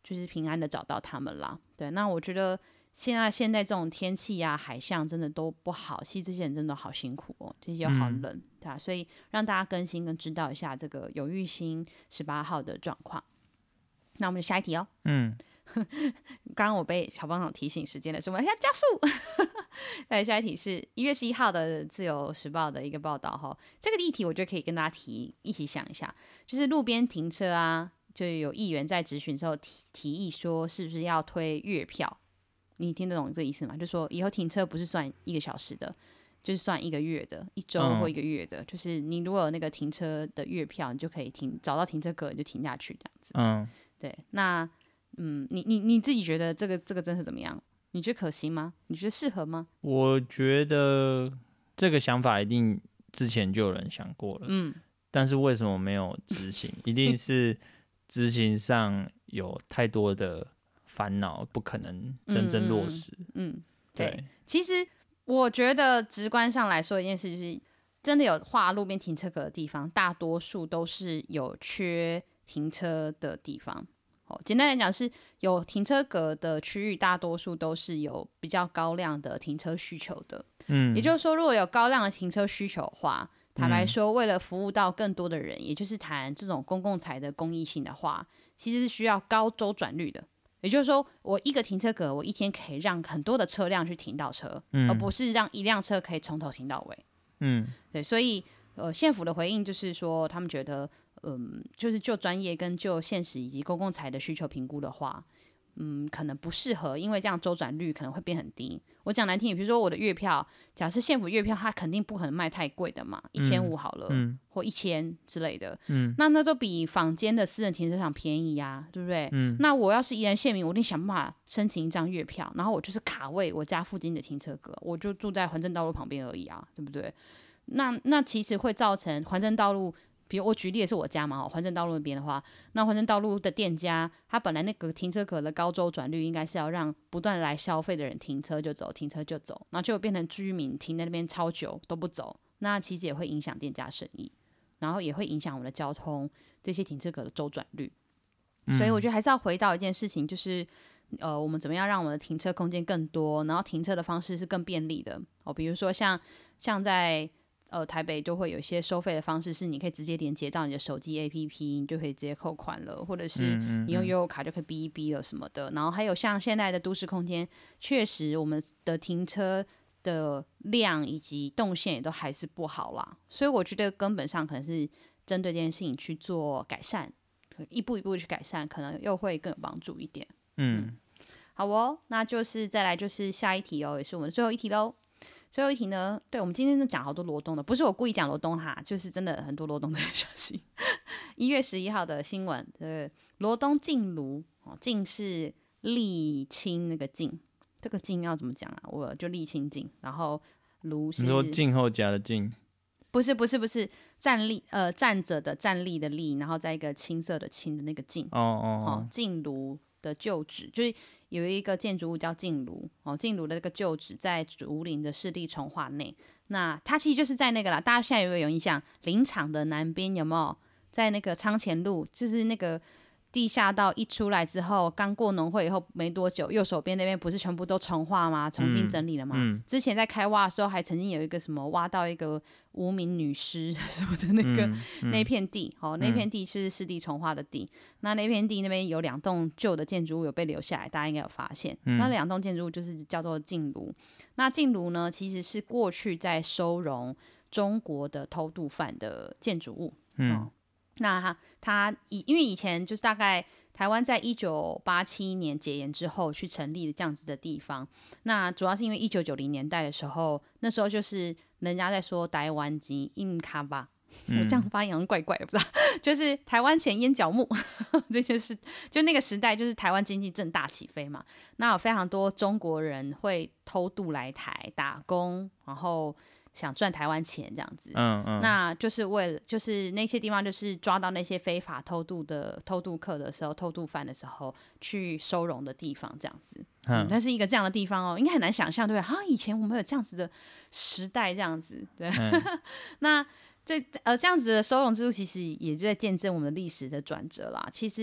就是平安的找到他们啦。对，那我觉得现在这种天气啊，海象真的都不好，其实这些人真的好辛苦哦，天气又好冷，对啊，所以让大家更新跟知道一下这个有玉星18号的状况。那我们就下一题哦。刚刚我被小帮手提醒时间了，所以我们要加速。来，下一题是1月11号的自由时报的一个报道哈。这个议题我觉得可以跟大家一起想一下，就是路边停车啊，就有议员在质询之后提议说，是不是要推月票？你听得懂这个意思吗？就说以后停车不是算1个小时的，就是算1个月的，1周或1个月的。就是你如果有那个停车的月票，你就可以找到停车格你就停下去这样子。对，那你自己觉得这个政策怎么样？你觉得可行吗？你觉得适合吗？ 我觉得这个想法一定之前就有人想过了，但是为什么没有执行？一定是执行上有太多的烦恼，不可能真正落实。 对。其实我觉得直观上来说，一件事就是真的有画路边停车格的地方，大多数都是有缺停车的地方。简单来讲，是有停车格的区域，大多数都是有比较高量的停车需求的。也就是说，如果有高量的停车需求的话，坦白说，为了服务到更多的人，也就是谈这种公共财的公益性的话，其实是需要高周转率的。也就是说，我一个停车格，我一天可以让很多的车辆去停到车，而不是让一辆车可以从头停到尾。对，所以县府的回应就是说，他们觉得。就是就专业跟就现实以及公共财的需求评估的话，可能不适合，因为这样周转率可能会变很低。我讲难听，比如说我的月票，假设县府月票，它肯定不可能卖太贵的嘛，1500好了，或1000之类的，那都比坊间的私人停车场便宜呀，对不对？那我要是宜兰县民，我一定想办法申请一张月票，然后我就是卡位我家附近的停车格，我就住在环镇道路旁边而已啊，对不对？那其实会造成环镇道路。比如我举例的是我家嘛，环镇道路那边的话，那环镇道路的店家，他本来那个停车格的高周转率应该是要让不断来消费的人停车就走，停车就走，然后就变成居民停在那边超久都不走，那其实也会影响店家生意，然后也会影响我们的交通这些停车格的周转率。所以我觉得还是要回到一件事情，就是我们怎么样让我们的停车空间更多，然后停车的方式是更便利的。比如说像在台北都会有一些收费的方式，是你可以直接连接到你的手机 APP， 你就可以直接扣款了，或者是你用悠游卡就可以逼一逼了什么的。然后还有像现在的都市空间，确实我们的停车的量以及动线也都还是不好啦，所以我觉得根本上可能是针对这件事情去做改善，一步一步去改善，可能又会更有帮助一点。好哦，那就是再来就是下一题哦，也是我们的最后一题喽。最后一题呢，对，我们今天讲好多罗东的，不是我故意讲罗东哈，就是真的很多罗东的消息。1月11号的新闻，罗东靖庐，靖是沥青那个靖，这个靖要怎么讲啊？我就沥青靖，然后庐是你说静后加的静， 不是站着的站立的立，然后再一个青色的青的那个靖。靖庐的旧址就是有一个建筑物叫靖庐，靖庐的这个旧址在竹林的市地重划内。那它其实就是在那个啦，大家现在有印象，林场的南边有没有？在那个仓前路，就是那个地下道一出来之后，刚过农会以后没多久，右手边那边不是全部都重划吗？重新整理了吗？之前在开挖的时候，还曾经有一个什么挖到一个无名女尸什么的那片地，那片地是湿地重划的地。那片地那边有2栋旧的建筑物有被留下来，大家应该有发现。那2栋建筑物就是叫做靖庐。那靖庐呢，其实是过去在收容中国的偷渡犯的建筑物。那它因为以前就是大概台湾在1987年解严之后去成立的这样子的地方，那主要是因为1990年代的时候，那时候就是人家在说台湾籍印卡吧，我这样发音怪怪的，不知道，就是台湾前烟角木这件事，就那个时代就是台湾经济正大起飞嘛，那有非常多中国人会偷渡来台打工，然后想赚台湾钱这样子，那就是为了就是那些地方就是抓到那些非法偷渡客的时候，偷渡犯的时候去收容的地方这样子，它是一个这样的地方哦，应该很难想象对吧？以前我们有这样子的时代这样子，对，那这样子的收容制度其实也就在见证我们的历史的转折啦。其实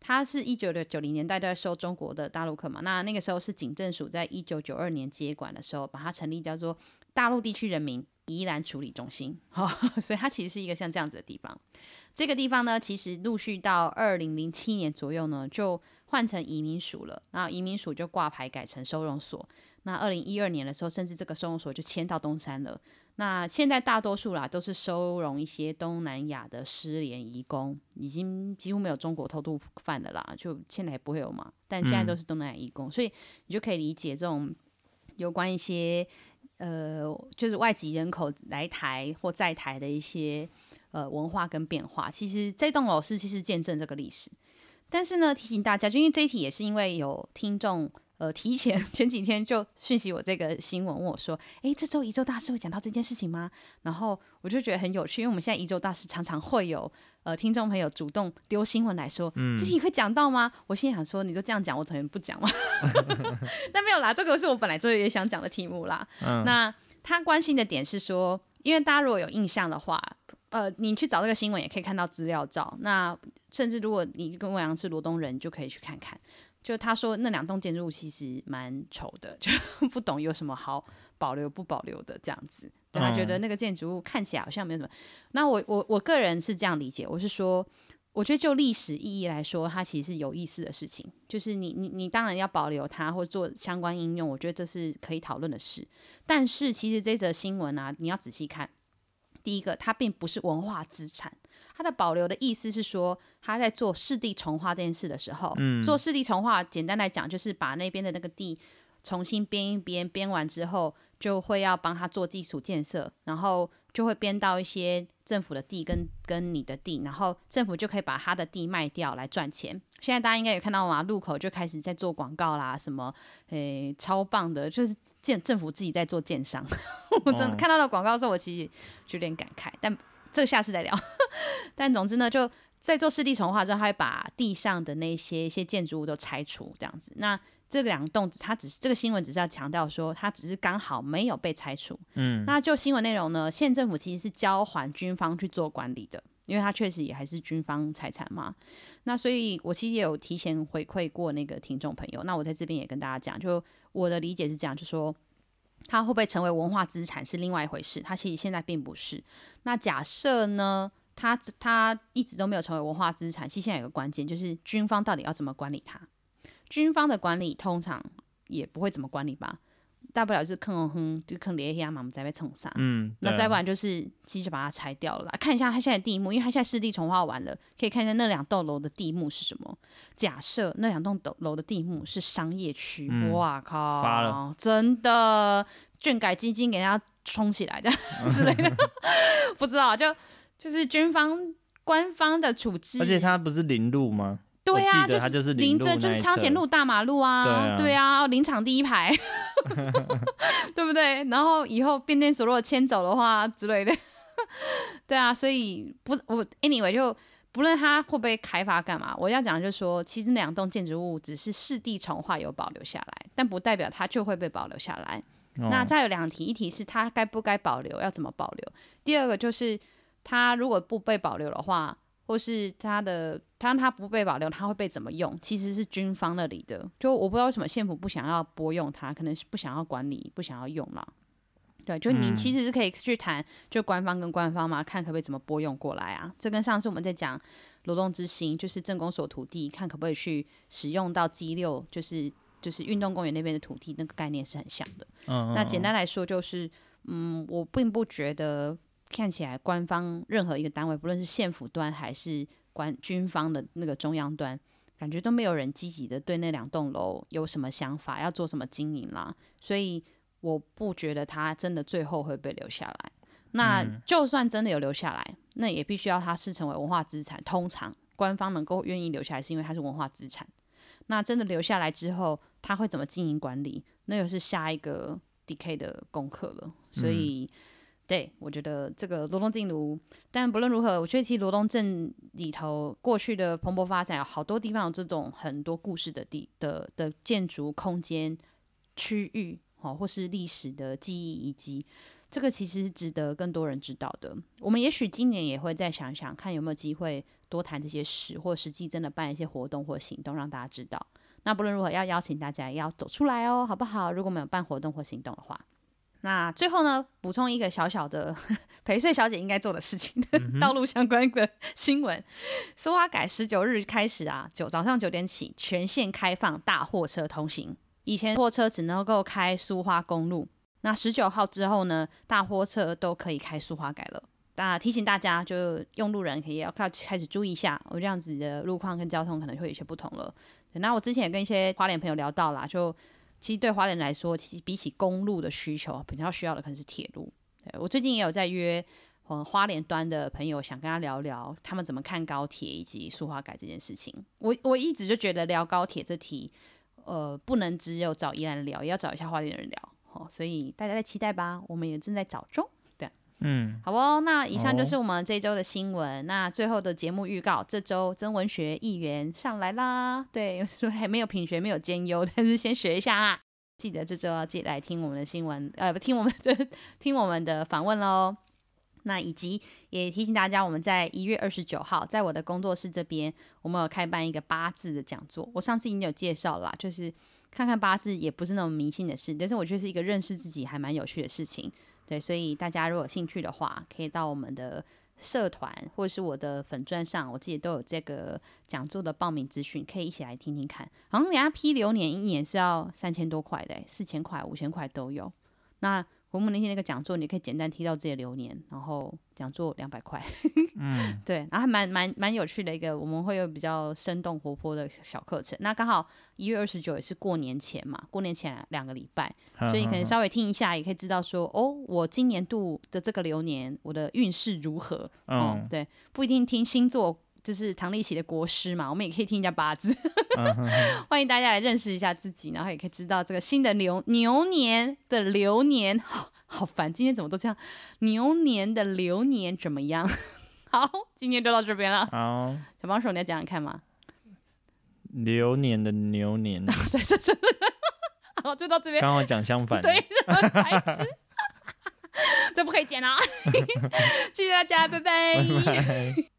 他是1990年代都在收中国的大陆客嘛，那个时候是警政署在1992年接管的时候，把它成立叫做大陆地区人民宜兰处理中心，所以它其实是一个像这样子的地方。这个地方呢，其实陆续到2007年左右呢，就换成移民署了，然后移民署就挂牌改成收容所。那2012年的时候，甚至这个收容所就迁到东山了。那现在大多数啦都是收容一些东南亚的失联移工，已经几乎没有中国偷渡犯的啦，就现在也不会有嘛。但现在都是东南亚移工，所以你就可以理解这种有关一些就是外籍人口来台或在台的一些文化跟变化。其实这栋楼是其实见证这个历史，但是呢，提醒大家，就因为这一题也是因为有听众。提前前几天就讯息我这个新闻，问我说：“这周宜州大师会讲到这件事情吗？”然后我就觉得很有趣，因为我们现在宜州大师常常会有听众朋友主动丢新闻来说，这题会讲到吗？我心里想说，你都这样讲，我怎么不讲嘛？但没有啦，这个是我本来就也想讲的题目啦。那他关心的点是说，因为大家如果有印象的话，你去找这个新闻也可以看到资料照。那甚至如果你跟我一样是罗东人，就可以去看看。就他说那2栋建筑物其实蛮丑的，就不懂有什么好保留不保留的这样子。对，他觉得那个建筑物看起来好像没有什么。那我个人是这样理解，我是说，我觉得就历史意义来说，它其实是有意思的事情。就是你当然要保留它或做相关应用，我觉得这是可以讨论的事。但是其实这则新闻啊，你要仔细看。第一个，它并不是文化资产，它的保留的意思是说，他在做市地重划这件事的时候，做市地重划，简单来讲就是把那边的那个地重新编一编，编完之后就会要帮他做基础建设，然后就会编到一些政府的地跟你的地，然后政府就可以把他的地卖掉来赚钱。现在大家应该有看到嘛，路口就开始在做广告啦，什么超棒的，就是政府自己在做建商。我真的看到的广告的时候，我其实有点感慨，但这个下次再聊。但总之呢，就在做市地重划之后，他会把地上的那些建筑物都拆除，这样子。那这个2栋，它只是这个新闻只是要强调说，它只是刚好没有被拆除。那就新闻内容呢，县政府其实是交还军方去做管理的，因为它确实也还是军方财产嘛。那所以我其实也有提前回馈过那个听众朋友，那我在这边也跟大家讲，就我的理解是这样，就说。它会不会成为文化资产是另外一回事，它其实现在并不是。那假设呢，它一直都没有成为文化资产，其实现在有个关键就是军方到底要怎么管理它？军方的管理通常也不会怎么管理吧，大不了就是就坑裂下嘛，我们再被冲上。那再不然就是其实就把它拆掉了啦。看一下它现在的地目，因为它现在市地重划完了，可以看一下那2栋楼的地目是什么。假设那2栋楼的地目是商业区，哇靠， 发了， 真的卷改基金给它冲起来的之类的，不知道就是军方官方的处置， 而且它不是临路吗？ 对啊， 我记得它就是临着就是超前路大马路啊，对啊，临场第一排，对不对？然后以后变电所如果迁走的话之类的，对啊，所以我 anyway 就不论它会不会开发干嘛，我要讲就是说，其实那2栋建筑物只是市地重划有保留下来，但不代表它就会被保留下来。那再有2题，一题是它该不该保留，要怎么保留；第二个就是它如果不被保留的话。或是它不被保留，它会被怎么用？其实是军方那里的，就我不知道为什么县府不想要拨用它，可能是不想要管理，不想要用啦。对，就你其实是可以去谈，就官方跟官方嘛，看可不可以怎么拨用过来啊？这跟上次我们在讲罗东之星，就是镇公所土地，看可不可以去使用到G6，就是运动公园那边的土地，那个概念是很像的。那简单来说就是，我并不觉得。看起来官方任何一个单位，不论是县府端还是军方的那个中央端，感觉都没有人积极的对那2栋楼有什么想法，要做什么经营啦。所以我不觉得它真的最后会被留下来。那就算真的有留下来，那也必须要它是成为文化资产。通常官方能够愿意留下来，是因为它是文化资产。那真的留下来之后，它会怎么经营管理，那又是下一个 DK 的功课了。所以。对，我觉得这个罗东靖庐，但不论如何，我觉得其实罗东镇里头过去的蓬勃发展，有好多地方有这种很多故事的建筑空间区域，或是历史的记忆遗迹， 这个其实是值得更多人知道的。我们也许今年也会再想想看有没有机会多谈这些事，或实际真的办一些活动或行动让大家知道。那不论如何要邀请大家也要走出来哦，好不好？如果没有办活动或行动的话。那最后呢，补充一个小小的陪睡小姐应该做的事情道路相关的新闻。苏花改19日开始啊，早上9点起全线开放大货车通行。以前货车只能够开苏花公路，那19号之后呢，大货车都可以开苏花改了。那提醒大家，就用路人可以要开始注意一下，我这样子的路况跟交通可能会有些不同了。那我之前也跟一些花莲朋友聊到啦，就其实对花莲来说，其实比起公路的需求，比较需要的可能是铁路。我最近也有在约花莲端的朋友，想跟他聊聊他们怎么看高铁以及苏花改这件事情。我一直就觉得聊高铁这题，不能只有找宜兰人聊，也要找一下花莲人聊。所以大家在期待吧，我们也正在找中。好哦，那以上就是我们这一周的新闻。那最后的节目预告，这周曾文学议员上来啦。对，说还没有品学，没有兼优，但是先学一下啊。记得这周要记得来听我们的新闻，听我们的访问咯。那以及也提醒大家，我们在1月29号，在我的工作室这边，我们有开办一个八字的讲座。我上次已经有介绍啦，就是看看八字也不是那种迷信的事，但是我觉得是一个认识自己还蛮有趣的事情。对，所以大家如果有兴趣的话，可以到我们的社团或者是我的粉专上，我自己都有这个讲座的报名资讯，可以一起来听听看。好像人家批流年一年是要3000多块的，4000块、5000块都有。那我们那天那个讲座，你可以简单提到自己的流年，然后讲座200块，对，然后还蛮有趣的一个，我们会有比较生动活泼的小课程。那刚好1月29也是过年前嘛，过年前2个礼拜，所以可能稍微听一下，也可以知道说，我今年度的这个流年，我的运势如何？对，不一定听星座。就是唐立淇的国师嘛，我们也可以听一下八字欢迎大家来认识一下自己，然后也可以知道这个新的牛年的流年好烦，今天怎么都这样，牛年的流年怎么样好，今天就到这边了。好，小帮手你要讲讲看吗？ 流年的牛年好，就到这边， 刚好讲相反对，白痴这不可以剪啊谢谢大家，拜拜